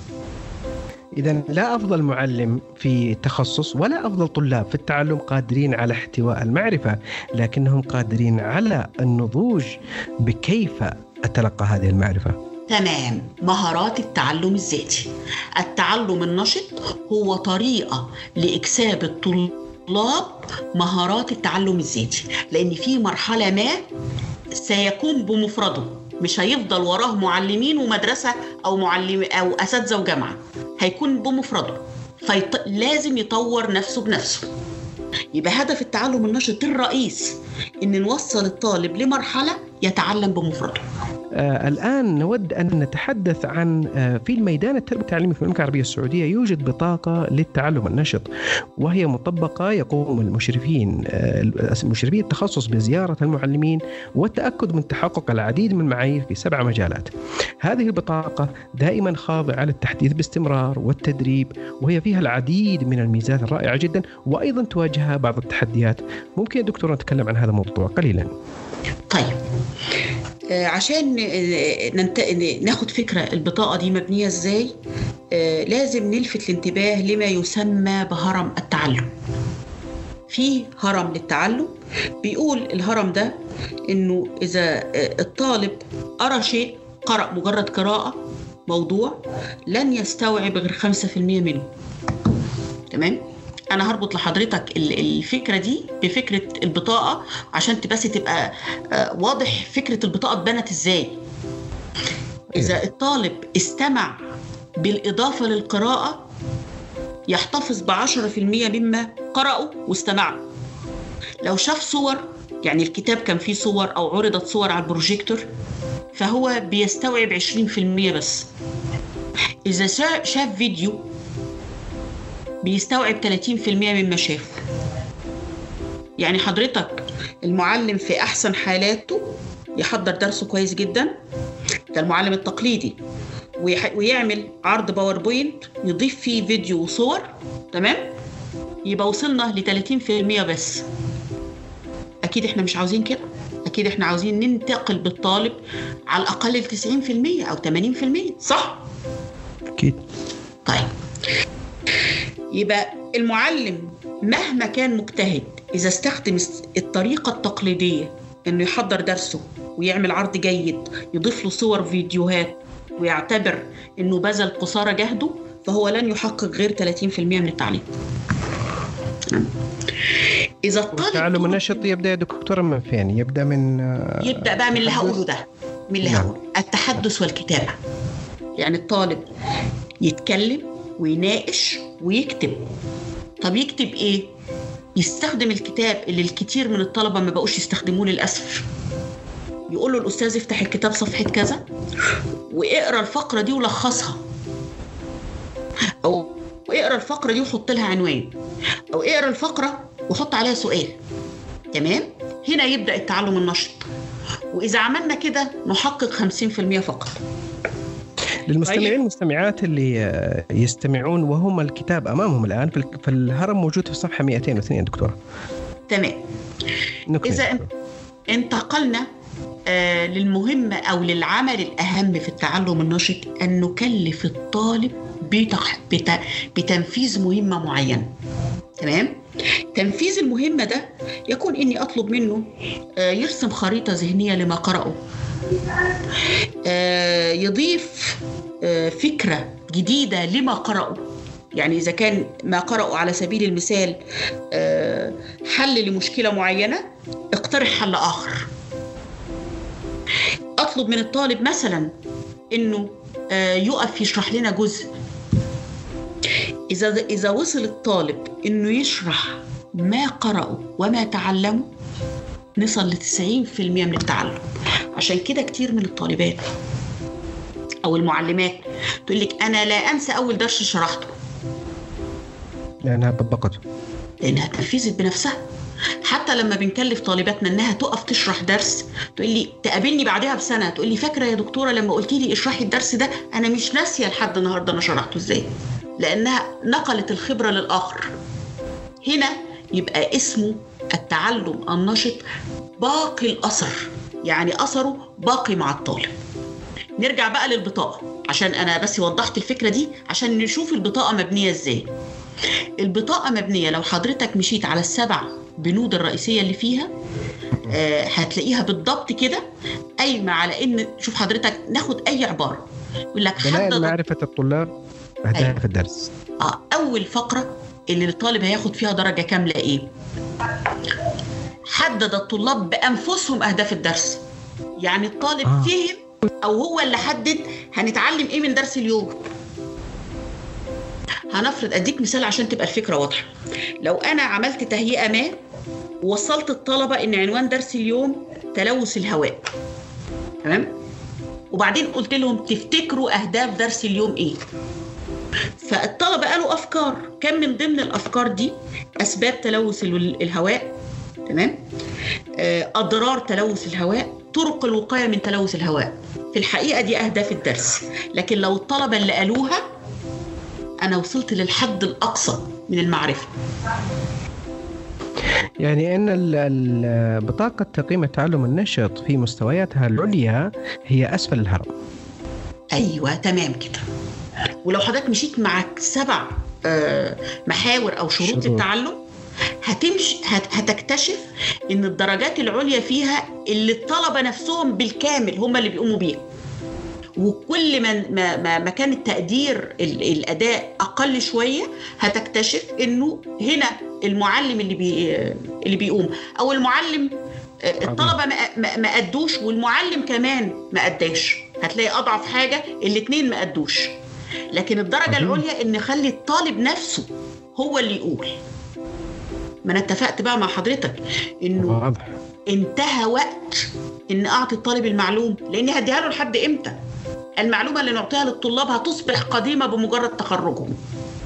إذن لا أفضل معلم في تخصص ولا أفضل طلاب في التعلم قادرين على احتواء المعرفة، لكنهم قادرين على النضوج بكيف أتلقى هذه المعرفة. تمام، مهارات التعلم الذاتي. التعلم النشط هو طريقة لإكساب الطلاب مهارات التعلم الذاتي، لأن في مرحلة ما سيكون بمفرده، مش هيفضل وراه معلمين ومدرسة أو معلم أو أساتذة وجامعة، هيكون بمفرده، فلازم يطور نفسه بنفسه. يبقى هدف التعلم النشط الرئيس إن نوصل الطالب لمرحلة يتعلم بمفرده. الآن نود أن نتحدث عن في الميدان التربوي التعليمي في المملكة العربية السعودية يوجد بطاقة للتعلم النشط، وهي مطبقة يقوم المشرفين التخصص بزيارة المعلمين والتأكد من تحقق العديد من المعايير في 7 مجالات. هذه البطاقة دائما خاضعة للتحديث باستمرار والتدريب، وهي فيها العديد من الميزات الرائعة جدا، وأيضا تواجهها بعض التحديات. ممكن يا دكتور نتكلم عن هذا الموضوع قليلا؟ طيب، عشان ناخد فكرة البطاقة دي مبنية ازاي، لازم نلفت الانتباه لما يسمى بهرم التعلم. في هرم للتعلم بيقول الهرم ده انه اذا الطالب قرأ شيء، قرأ مجرد قراءة موضوع، لن يستوعب غير 5% منه. تمام؟ أنا هربط لحضرتك الفكرة دي بفكرة البطاقة عشان بس تبقى واضح فكرة البطاقة اتبنت إزاي. إذا الطالب استمع بالإضافة للقراءة يحتفظ ب10% مما قرأه واستمعه. لو شاف صور، يعني الكتاب كان فيه صور أو عرضت صور على البروجيكتور، فهو بيستوعب 20% بس. إذا شاف فيديو بيستوعب 30% مما شافه. يعني حضرتك المعلم في أحسن حالاته يحضر درسه كويس جدا، ده المعلم التقليدي، ويعمل عرض باوربوينت يضيف فيه فيديو وصور، تمام؟ يبقى وصلنا ل30% بس. أكيد إحنا مش عاوزين كده، أكيد إحنا عاوزين ننتقل بالطالب على الأقل ل90% أو 80%، صح؟ أكيد. طيب، يبقى المعلم مهما كان مجتهد إذا استخدم الطريقة التقليدية إنه يحضر درسه ويعمل عرض جيد، يضيف له صور فيديوهات، ويعتبر إنه بذل قصارى جهده، فهو لن يحقق غير 30% من التعليم. إذا التعلم النشط يبدأ يا دكتورة من فين؟ يبدأ بقى من اللي هقوله ده، من اللي هقوله التحدث والكتابة. يعني الطالب يتكلم ويناقش ويكتب. طب يكتب ايه؟ يستخدم الكتاب اللي الكثير من الطلبة ما بقوش يستخدموه للأسف. يقول له الأستاذ افتح الكتاب صفحة كذا واقرأ الفقرة دي ولخصها، أو اقرأ الفقرة دي وحط لها عنوان، أو اقرأ الفقرة وحط عليها سؤال. تمام؟ هنا يبدأ التعلم النشط. وإذا عملنا كده نحقق 50% فقط. للمستمعين والمستمعات اللي يستمعون وهم الكتاب أمامهم الآن، في الهرم موجود في صفحة 202 دكتورة. تمام. إذا انتقلنا للمهمة أو للعمل الأهم في التعلم النشط، أن نكلف الطالب بتنفيذ مهمة معينة. تمام؟ تنفيذ المهمة ده يكون إني أطلب منه يرسم خريطة ذهنية لما قرأه، يضيف فكرة جديدة لما قرأه. يعني إذا كان ما قرأوا على سبيل المثال حل لمشكلة معينة، اقترح حل آخر. أطلب من الطالب مثلا إنه يقف يشرح لنا جزء. إذا وصل الطالب إنه يشرح ما قرأوا وما تعلموا، نصل ل90% من التعلم. عشان كده كتير من الطالبات أو المعلمات تقول لك أنا لا أنسى أول درس شرحته، لأنها طبقته، لأنها تنفذت بنفسها. حتى لما بنكلف طالباتنا إنها تقف تشرح درس، تقول لي تقابلني بعدها بسنة تقول لي فاكرة يا دكتورة لما قلتي لي اشرحي الدرس ده، أنا مش ناسية لحد النهاردة أنا شرحته إزاي، لأنها نقلت الخبرة للآخر. هنا يبقى اسمه التعلم النشط باقي الأثر، يعني أثره باقي مع الطالب. نرجع بقى للبطاقة، عشان أنا بس وضحت الفكرة دي عشان نشوف البطاقة مبنية إزاي. البطاقة مبنية، لو حضرتك مشيت على ال7 بنود الرئيسية اللي فيها هتلاقيها بالضبط كده قايمة على إن، شوف حضرتك، ناخد أي عبارة يقول لك حدد معرفة الطلاب أهداف الدرس. أول فقرة اللي الطالب هياخد فيها درجة كاملة إيه؟ حدد الطلاب بأنفسهم أهداف الدرس. يعني الطالب فهم أو هو اللي حدد هنتعلم إيه من درس اليوم. هنفرض أديك مثال عشان تبقى الفكرة واضحة. لو أنا عملت تهيئة ما ووصلت الطلبة إن عنوان درس اليوم تلوث الهواء، تمام؟ وبعدين قلت لهم تفتكروا أهداف درس اليوم إيه؟ فالطلبة قالوا أفكار. كان من ضمن الأفكار دي أسباب تلوث الهواء، تمام؟ أضرار تلوث الهواء، طرق الوقاية من تلوث الهواء. في الحقيقة دي أهداف الدرس، لكن لو الطلبة اللي قالوها أنا وصلت للحد الأقصى من المعرفة. يعني أن بطاقة تقييم التعلم النشط في مستوياتها العليا هي أسفل الهرم. أيوة تمام كده. ولو حضرتك مشيت معك 7 محاور أو شروط التعلم هتكتشف إن الدرجات العليا فيها اللي الطلبة نفسهم بالكامل هم اللي بيقوموا بيها. وكل ما كان التقدير الأداء أقل شوية هتكتشف إنه هنا المعلم اللي بيقوم، أو المعلم الطلبة ما أدوش والمعلم كمان ما أداش. هتلاقي أضعف حاجة الاتنين ما أدوش. لكن الدرجة العليا إن خلي الطالب نفسه هو اللي يقول. ما أنا اتفقت بقى مع حضرتك إنه انتهى وقت إن أعطي الطالب المعلوم، لأني هديها له لحد إمتى؟ المعلومة اللي نعطيها للطلاب هتصبح قديمة بمجرد تخرجهم.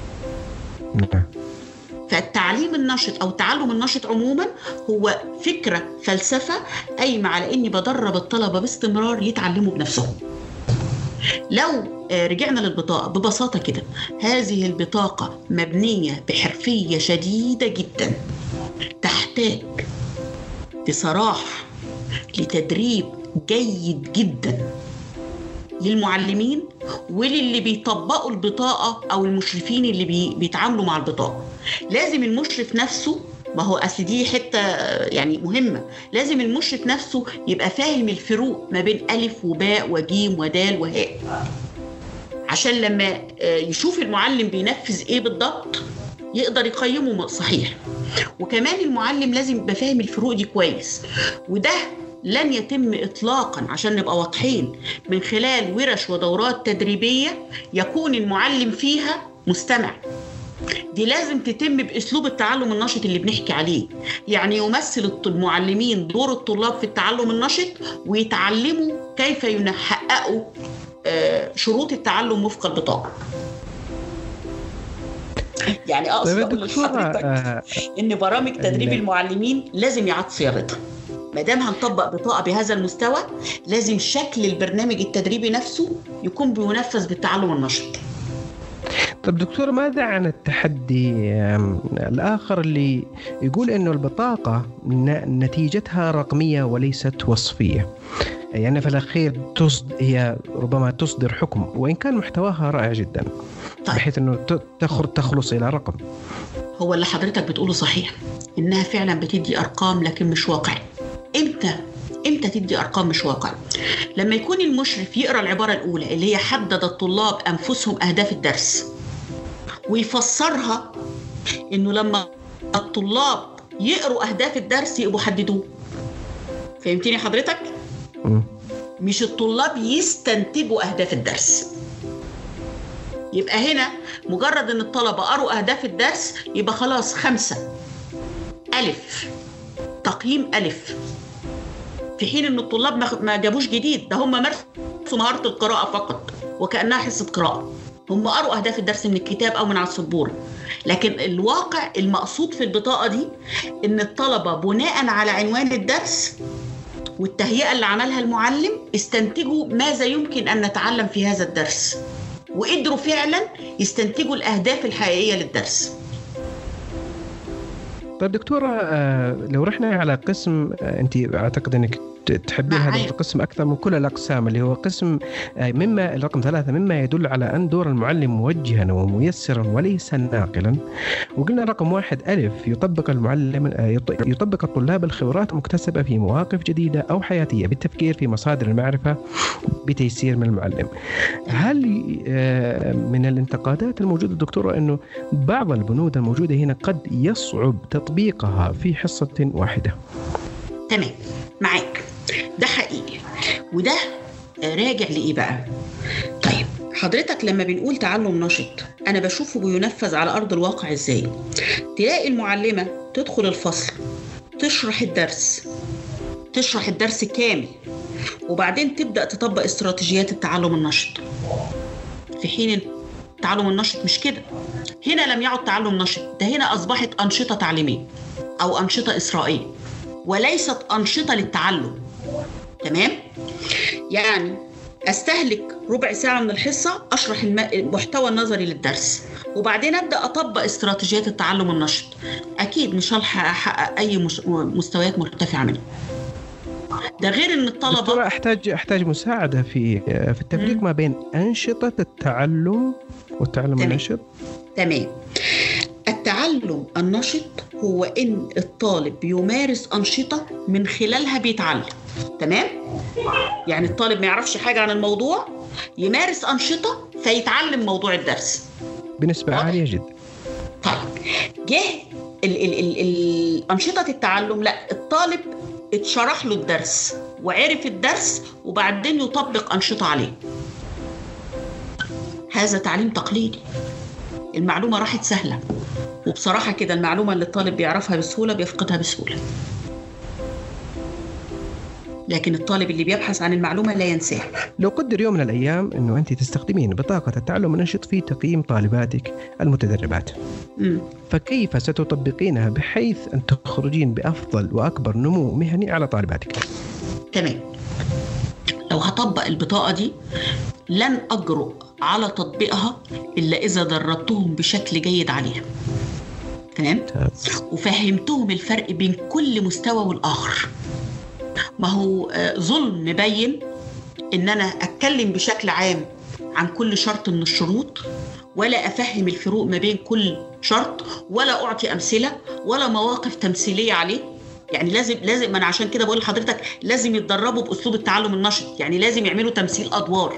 فالتعليم النشط أو التعلم النشط عموما هو فكرة فلسفة قايمة على إني بدرب الطلبة باستمرار يتعلموا بنفسهم. لو رجعنا للبطاقة ببساطة كده، هذه البطاقة مبنية بحرفية شديدة جدا، تحتاج بصراحة لتدريب جيد جدا للمعلمين وللي بيطبقوا البطاقة أو المشرفين اللي بيتعاملوا مع البطاقة. لازم المشرف نفسه، ما هو أصل دي حتة يعني مهمة، لازم المشرف نفسه يبقى فاهم الفروق ما بين ألف وباء وجيم ودال وهاء، عشان لما يشوف المعلم بينفذ إيه بالضبط يقدر يقيمه صحيح. وكمان المعلم لازم يبقى فاهم الفروق دي كويس، وده لن يتم إطلاقاً عشان نبقى واضحين من خلال ورش ودورات تدريبية يكون المعلم فيها مستمع. دي لازم تتم بأسلوب التعلم النشط اللي بنحكي عليه، يعني يمثل المعلمين دور الطلاب في التعلم النشط ويتعلموا كيف يحققوا شروط التعلم وفق البطاقة. يعني أقصد أقول لحضرتك إن برامج تدريب المعلمين لازم يعاد صياغتها. ما دام هنطبق بطاقة بهذا المستوى لازم شكل البرنامج التدريبي نفسه يكون بينفذ بالتعلم النشط. طب دكتور، ماذا عن التحدي الآخر اللي يقول إنه البطاقة نتيجتها رقمية وليست وصفية؟ يعني في الأخير هي ربما تصدر حكم وإن كان محتواها رائع جدا، بحيث إنه تخلص إلى رقم. هو اللي حضرتك بتقوله صحيح، إنها فعلا بتدي أرقام لكن مش واقعي. إمتى تدي أرقام مش واقع؟ لما يكون المشرف يقرأ العبارة الأولى اللي هي حدد الطلاب أنفسهم أهداف الدرس، ويفسرها إنه لما الطلاب يقرأوا أهداف الدرس يبقوا حددوه. فهمتني حضرتك؟ مش الطلاب يستنتجوا أهداف الدرس. يبقى هنا مجرد إن الطلبة قرأوا أهداف الدرس يبقى خلاص 5 ألف، تقييم ألف، في حين إن الطلاب ما جابوش جديد، ده هم مارسوا مهارة القراءة فقط وكأنها حصة قراءة. هم قرأوا أهداف الدرس من الكتاب أو من على السبورة، لكن الواقع المقصود في البطاقة دي إن الطلبة بناء على عنوان الدرس والتهيئة اللي عملها المعلم استنتجوا ماذا يمكن أن نتعلم في هذا الدرس، وقدروا فعلا يستنتجوا الأهداف الحقيقية للدرس. طيب دكتورة، لو رحنا على قسم أنت أعتقد أنك تحبين هذا القسم أكثر من كل الأقسام، اللي هو قسم مما الرقم 3، مما يدل على أن دور المعلم موجها وميسرا وليس ناقلا. وقلنا رقم 1 ألف، يطبق الطلاب الخبرات المكتسبة في مواقف جديدة أو حياتية بالتفكير في مصادر المعرفة بتيسير من المعلم. هل من الانتقادات الموجودة دكتورة أنه بعض البنود الموجودة هنا قد يصعب تطبيقها في حصة واحدة؟ تمام، معاك، ده حقيقي. وده راجع لإيه بقى؟ طيب حضرتك لما بنقول تعلم نشط، أنا بشوفه بينفذ على أرض الواقع إزاي؟ تلاقي المعلمة تدخل الفصل تشرح الدرس كامل، وبعدين تبدأ تطبق استراتيجيات التعلم النشط، في حين التعلم النشط مش كده. هنا لم يعد تعلم نشط، ده هنا أصبحت أنشطة تعليمية أو أنشطة إسرائيلية وليست أنشطة للتعلم. تمام؟ يعني أستهلك ربع ساعة من الحصة أشرح المحتوى النظري للدرس، وبعدين أبدأ أطبق استراتيجيات التعلم النشط. أكيد مش هلحق أحقق أي مستويات مرتفعة منه. ده غير ان الطلبه دكتورة احتاج مساعده في التفريق ما بين انشطه التعلم والتعلم النشط. تمام. التعلم النشط هو ان الطالب يمارس انشطه من خلالها بيتعلم. تمام، يعني الطالب ما يعرفش حاجه عن الموضوع، يمارس انشطه فيتعلم موضوع الدرس بنسبه عاليه جدا. طيب جه الانشطه التعلم، لا، الطالب اتشرح له الدرس وعرف الدرس وبعدين يطبق أنشطة عليه. هذا تعليم تقليدي، المعلومة راحت سهلة، وبصراحة كده المعلومة اللي الطالب بيعرفها بسهولة بيفقدها بسهولة، لكن الطالب اللي بيبحث عن المعلومة لا ينساها. لو قدر يوم من الأيام أنه أنت تستخدمين بطاقة التعلم النشط في تقييم طالباتك المتدربات، فكيف ستطبقينها بحيث أن تخرجين بأفضل وأكبر نمو مهني على طالباتك؟ تمام. لو هطبق البطاقة دي لن أجرؤ على تطبيقها إلا إذا دربتهم بشكل جيد عليها. تمام؟ وفهمتهم الفرق بين كل مستوى والآخر. ما هو ظلم مبين إن أنا أتكلم بشكل عام عن كل شرط من الشروط ولا أفهم الفروق ما بين كل شرط ولا أعطي أمثلة ولا مواقف تمثيلية عليه. يعني لازم أنا عشان كده بقول لحضرتك لازم يتدربوا بأسلوب التعلم النشط، يعني لازم يعملوا تمثيل أدوار.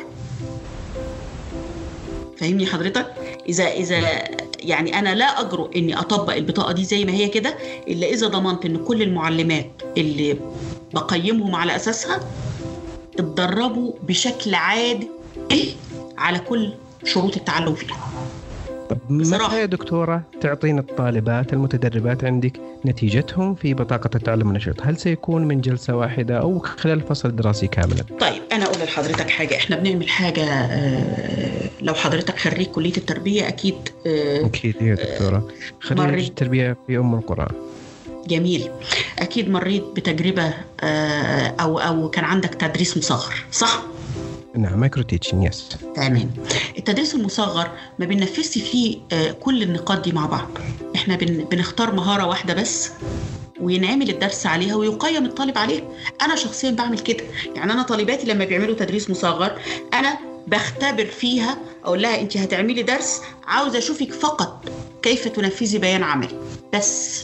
فهمني حضرتك؟ إذا يعني أنا لا أجرؤ إني أطبق البطاقة دي زي ما هي كده إلا إذا ضمنت إن كل المعلمات اللي بقيمهم على أساسها اتدربوا بشكل عادل على كل شروط التعلم فيها. طب متى يا دكتورة تعطين الطالبات المتدربات عندك نتيجتهم في بطاقة التعلم النشط؟ هل سيكون من جلسة واحدة أو خلال الفصل الدراسي كاملا؟ طيب أنا أقول لحضرتك حاجة، إحنا بنعمل حاجة لو حضرتك خريج كلية التربية أكيد يا دكتورة، خريج التربية في أم القرى. جميل، أكيد مريت بتجربة أو كان عندك تدريس مصغر، صح؟ نعم مايكرو تيتشنج يس. تمام. التدريس المصغر ما بننفذش فيه كل النقاط دي مع بعض. احنا بنختار مهارة واحدة بس وينعمل الدرس عليها ويقيم الطالب عليها. انا شخصيا بعمل كده، يعني انا طالباتي لما بيعملوا تدريس مصغر انا بختبر فيها، اقول لها انت هتعملي درس عاوزه اشوفك فقط كيف تنفذي بيان عملي بس.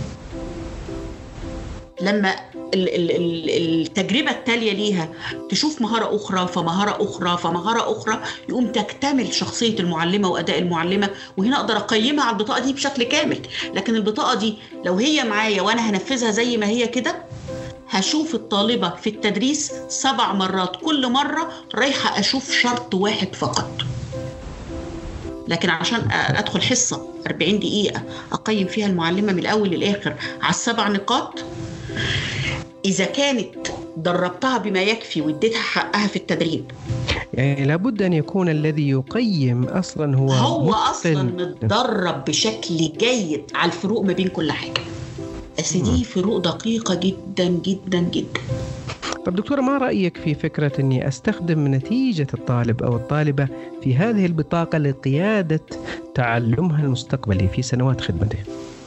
لما التجربة التالية ليها تشوف مهارة أخرى فمهارة أخرى فمهارة أخرى، يقوم تكتمل شخصية المعلمة وأداء المعلمة، وهنا أقدر أقيمها على البطاقة دي بشكل كامل. لكن البطاقة دي لو هي معايا وأنا هنفذها زي ما هي كده، هشوف الطالبة في التدريس 7 مرات، كل مرة رايحة أشوف شرط واحد فقط. لكن عشان أدخل حصة 40 دقيقة أقيم فيها المعلمة من الأول للآخر على 7 نقاط، إذا كانت دربتها بما يكفي واديتها حقها في التدريب، يعني لابد أن يكون الذي يقيم أصلا هو أصلا متدرب بشكل جيد على الفروق ما بين كل حاجة. بس دي فروق دقيقة جدا جدا جدا. طب دكتورة، ما رأيك في فكرة أني أستخدم نتيجة الطالب أو الطالبة في هذه البطاقة لقيادة تعلمها المستقبلي في سنوات خدمته؟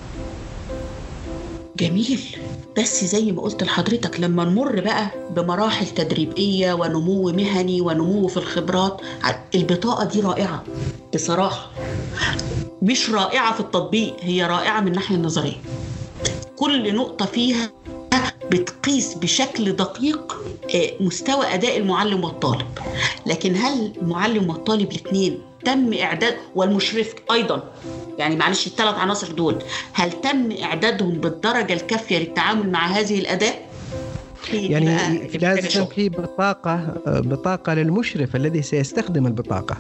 جميل، بس زي ما قلت لحضرتك لما نمر بقى بمراحل تدريبية ونمو مهني ونمو في الخبرات، البطاقة دي رائعة بصراحة، مش رائعة في التطبيق، هي رائعة من الناحية النظرية. كل نقطة فيها بتقيس بشكل دقيق مستوى أداء المعلم والطالب. لكن هل المعلم والطالب الاثنين تم إعداد، والمشرف أيضا، يعني معلش ال3 عناصر دول، هل تم إعدادهم بالدرجة الكافية للتعامل مع هذه الأداء؟ يعني لازم في بطاقة للمشرف الذي سيستخدم البطاقة،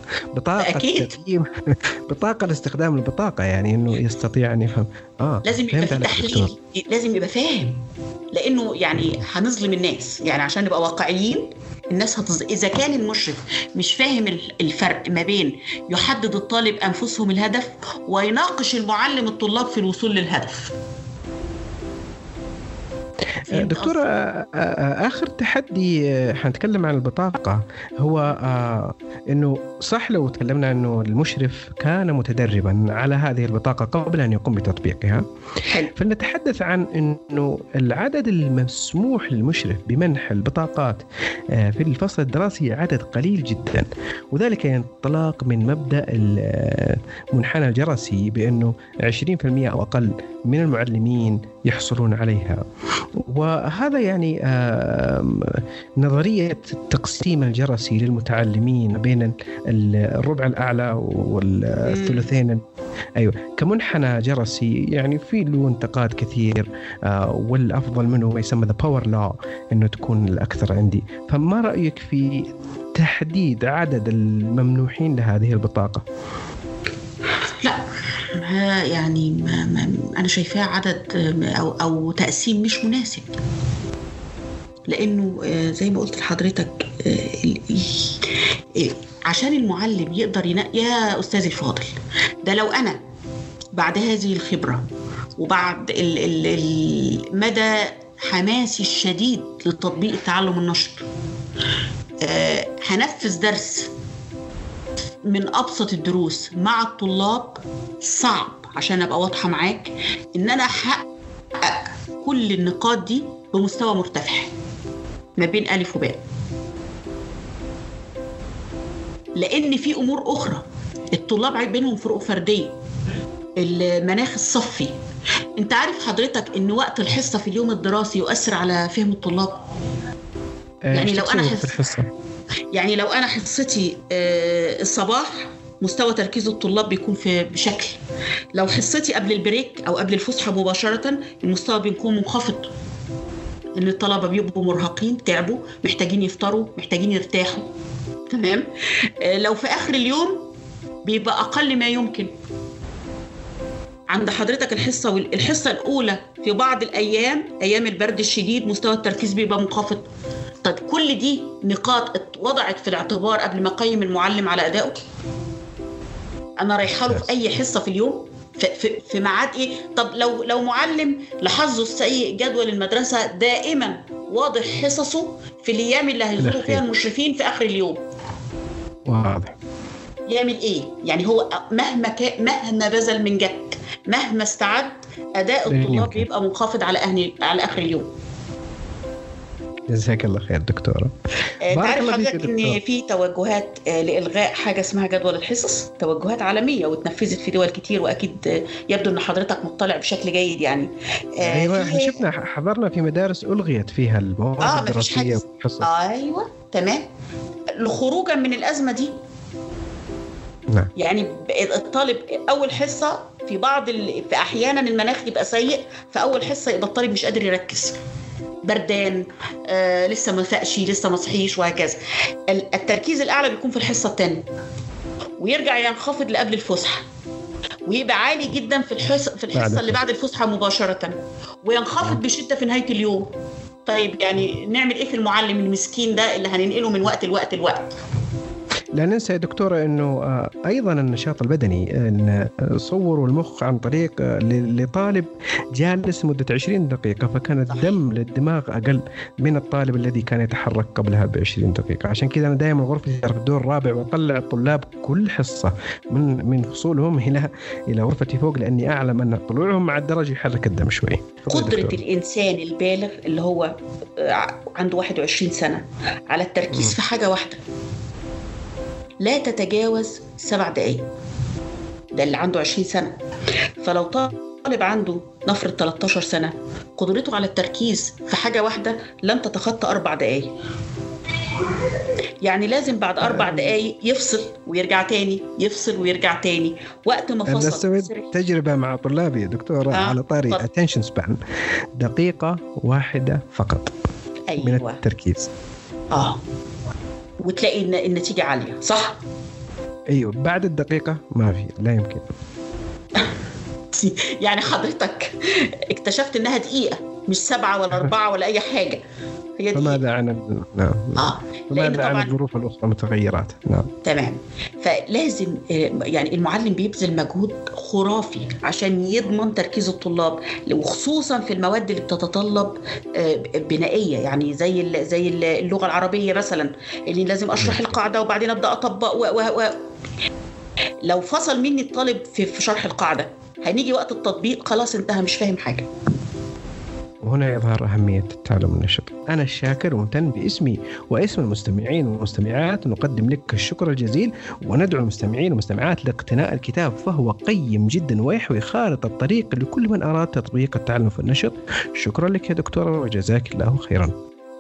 بطاقة لاستخدام البطاقة، يعني إنه يستطيع أن يفهم. لازم يبقى في تحليل، لازم يبقى فاهم، لأنه يعني هنظلم الناس، يعني عشان نبقى واقعيين الناس هتظلم إذا كان المشرف مش فاهم الفرق ما بين يحدد الطالب أنفسهم الهدف ويناقش المعلم الطلاب في الوصول للهدف. دكتورة، آخر تحدي حنتكلم عن البطاقة هو إنه صح لو تكلمنا إنه المشرف كان متدربا على هذه البطاقة قبل أن يقوم بتطبيقها، فلنتحدث عن إنه العدد المسموح للمشرف بمنح البطاقات في الفصل الدراسي عدد قليل جدا، وذلك ينطلق من مبدأ المنحنى الجرسي بأنه 20% أو أقل من المعلمين يحصلون عليها. وهذا يعني نظرية التقسيم الجرسي للمتعلمين بين الربع الأعلى والثلثين أيوة كمنحنى جرسي، يعني في له انتقاد كثير، والأفضل منه ما يسمى the power law، إنه تكون الأكثر عندي. فما رأيك في تحديد عدد الممنوحين لهذه البطاقة؟ لا، يعني أنا شايفاه عدد أو تقسيم مش مناسب، لأنه زي ما قلت لحضرتك عشان المعلم يقدر يا أستاذي الفاضل، ده لو أنا بعد هذه الخبرة وبعد مدى حماسي الشديد لتطبيق التعلم النشط هنفذ درس من أبسط الدروس مع الطلاب، صعب عشان أبقى واضحة معاك إن أنا أحقق كل النقاط دي بمستوى مرتفع ما بين ألف وباء، لأن في أمور أخرى الطلاب بينهم فروق فردية، المناخ الصفي. أنت عارف حضرتك إن وقت الحصة في اليوم الدراسي يؤثر على فهم الطلاب. يعني لو أنا حصتي الصباح مستوى تركيز الطلاب بيكون بشكل، لو حصتي قبل البريك أو قبل الفسحة مباشرة المستوى بيكون منخفض، إن الطلبة بيبقوا مرهقين، تعبوا، محتاجين يفطروا، محتاجين يرتاحوا. تمام. لو في آخر اليوم بيبقى أقل ما يمكن. عند حضرتك الحصة الأولى في بعض أيام البرد الشديد مستوى التركيز بيبقى منخفض. طيب كل دي نقاط وضعت في الاعتبار قبل ما أقيم المعلم على أدائه. أنا رايحة له في أي حصة في اليوم في ميعاد إيه؟ طب لو معلم لحظه السيء جدول المدرسة دائما واضح حصصه في الأيام اللي هيزوروا فيها المشرفين في آخر اليوم، واضح. يعمل ايه؟ يعني هو مهما بذل من جهد، مهما استعد، اداء الطلاب بيبقى منخفض على اخر اليوم. جزاك الله خير دكتورة. تعرف حضرتك ان في توجهات لالغاء حاجه اسمها جدول الحصص، توجهات عالميه واتنفذت في دول كتير، واكيد يبدو ان حضرتك مطلع بشكل جيد يعني. ايوه احنا شفنا حضرنا في مدارس الغيت فيها المواد الدراسيه والحصص. ايوه تمام. خروجا من الازمه دي، نعم. يعني الطالب اول حصه في احيانا المناخ يبقى سيء، فاول حصه يبقى الطالب مش قادر يركز، بردان، لسه ما فاقش، لسه ما صحيش، وهكذا. التركيز الاعلى بيكون في الحصه الثانيه، ويرجع ينخفض لقبل الفسحه، ويبقى عالي جدا في الحصه اللي بعد الفسحه مباشره، وينخفض بشده في نهايه اليوم. طيب يعني نعمل ايه في المعلم المسكين ده اللي هننقله من وقت لوقت؟ لا ننسى يا دكتورة أنه أيضا النشاط البدني، أن صوروا المخ عن طريق لطالب جالس مدة 20 دقيقة، فكان الدم للدماغ أقل من الطالب الذي كان يتحرك قبلها ب20 دقيقة. عشان كذا أنا دائما غرفتي في الدور الرابع وأطلع الطلاب كل حصة من فصولهم إلى غرفتي فوق، لأني أعلم أن طلوعهم مع الدرج يحرك الدم شوي. قدرة الإنسان البالغ اللي هو عنده 21 سنة على التركيز في حاجة واحدة لا تتجاوز 7 دقايق، ده اللي عنده 20 سنة. فلو طالب عنده نفرض 13 سنة قدرته على التركيز في حاجة واحدة لن تتخطى 4 دقايق. يعني لازم بعد 4 دقايق يفصل ويرجع تاني، يفصل ويرجع تاني. وقت ما فصل. أنا سويت تجربة مع طلابي دكتورة على طاري attention span، دقيقة واحدة فقط. أيوة. من التركيز. وتلاقي النتيجة عالية، صح؟ أيوة، بعد الدقيقة ما في، لا يمكن. يعني حضرتك اكتشفت إنها دقيقة مش 7 ولا 4 ولا أي حاجة، هي دقيقة. فماذا عن فماذا عن الظروف الأخرى متغيرات؟ نعم. تمام. فلازم يعني المعلم بيبذل مجهود خرافي عشان يضمن تركيز الطلاب، وخصوصا في المواد اللي بتتطلب بنائية، يعني زي اللغة العربية مثلا، اللي لازم أشرح القاعدة وبعدين أبدأ أطبق لو فصل مني الطالب في شرح القاعدة، هنيجي وقت التطبيق خلاص انتهى، مش فاهم حاجة. وهنا يظهر أهمية التعلم النشط. أنا الشاكر وممتن باسمي واسم المستمعين والمستمعات نقدم لك الشكر الجزيل، وندعو المستمعين والمستمعات لاقتناء الكتاب، فهو قيم جدا ويحوي خارطة الطريق لكل من أراد تطبيق التعلم في النشط. شكرا لك يا دكتورة وجزاك الله خيرا.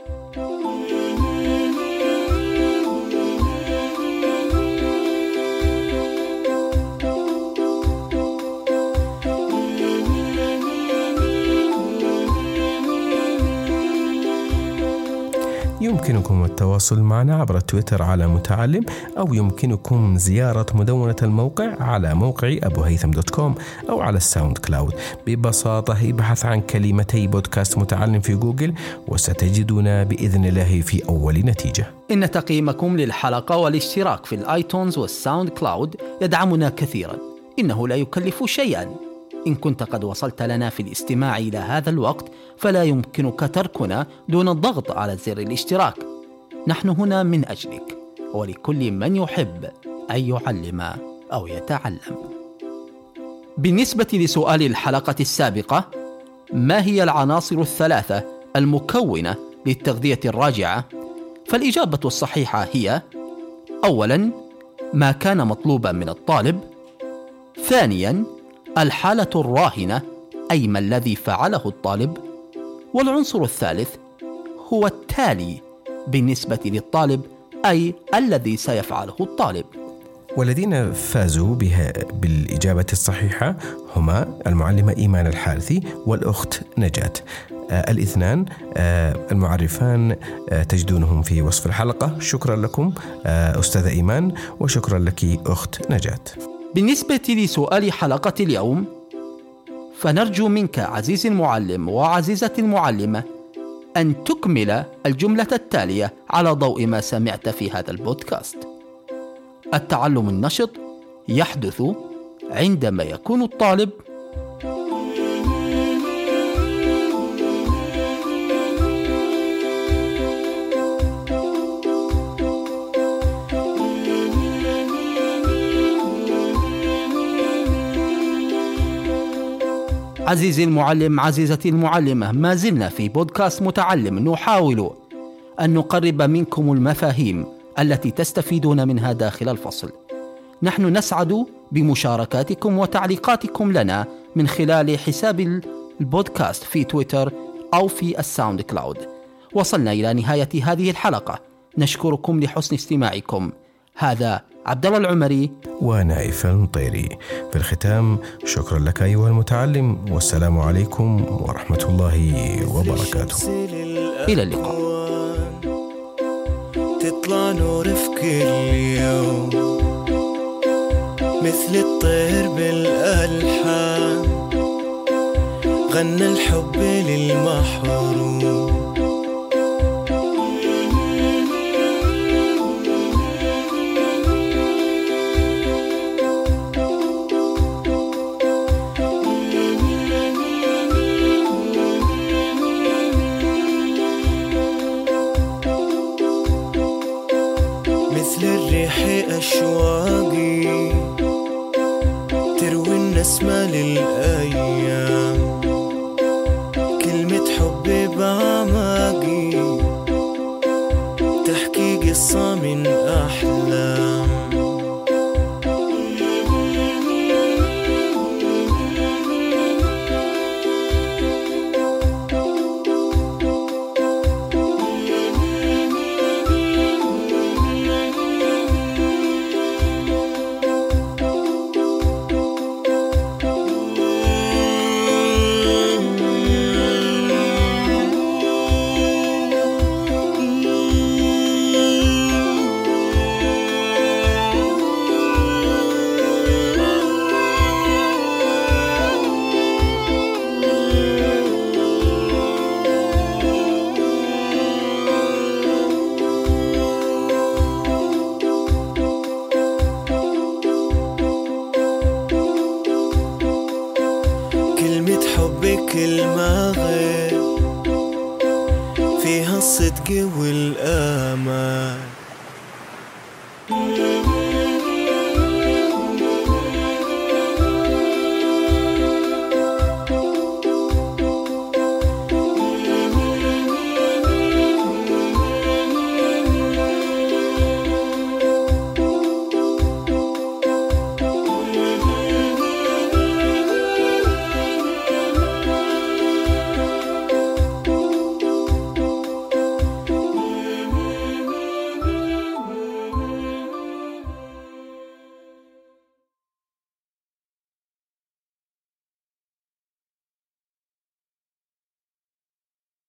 يمكنكم التواصل معنا عبر تويتر على متعلم، أو يمكنكم زيارة مدونة الموقع على موقع abuhaytham.com أو على الساوند كلاود. ببساطة ابحث عن كلمتي بودكاست متعلم في جوجل وستجدنا بإذن الله في أول نتيجة. إن تقييمكم للحلقة والاشتراك في الآيتونز والساوند كلاود يدعمنا كثيرا، إنه لا يكلف شيئا. إن كنت قد وصلت لنا في الاستماع إلى هذا الوقت فلا يمكنك تركنا دون الضغط على زر الاشتراك. نحن هنا من أجلك ولكل من يحب أن يعلم أو يتعلم. بالنسبة لسؤال الحلقة السابقة، ما هي العناصر الثلاثة المكونة للتغذية الراجعة؟ فالإجابة الصحيحة هي: أولاً، ما كان مطلوبا من الطالب. ثانياً، الحالة الراهنة، أي ما الذي فعله الطالب. والعنصر الثالث هو التالي بالنسبة للطالب، أي الذي سيفعله الطالب. والذين فازوا بها بالإجابة الصحيحة هما المعلمة إيمان الحارثي والأخت نجاة. الاثنان المعرفان تجدونهم في وصف الحلقة. شكرا لكم أستاذة إيمان، وشكرا لك أخت نجاة. بالنسبة لسؤال حلقة اليوم، فنرجو منك عزيزي المعلم وعزيزتي المعلمة أن تكمل الجملة التالية على ضوء ما سمعت في هذا البودكاست: التعلم النشط يحدث عندما يكون الطالب عزيزي المعلم، عزيزتي المعلمة، ما زلنا في بودكاست متعلم نحاول أن نقرب منكم المفاهيم التي تستفيدون منها داخل الفصل. نحن نسعد بمشاركاتكم وتعليقاتكم لنا من خلال حساب البودكاست في تويتر أو في الساوند كلاود. وصلنا إلى نهاية هذه الحلقة، نشكركم لحسن استماعكم. هذا عبد الله العمري ونايف المطيري. في الختام شكرا لك أيها المتعلم، والسلام عليكم ورحمة الله وبركاته. إلى اللقاء. تطلع نور في كل يوم مثل الطير بالألحان، غنى الحب للمحروم. مثل الريح أشواقي تروي النسمة للأيام، كلمة حبي بعماقي تحكي قصة من أحلام. كلمة حبك المغرب فيها الصدق والأمان.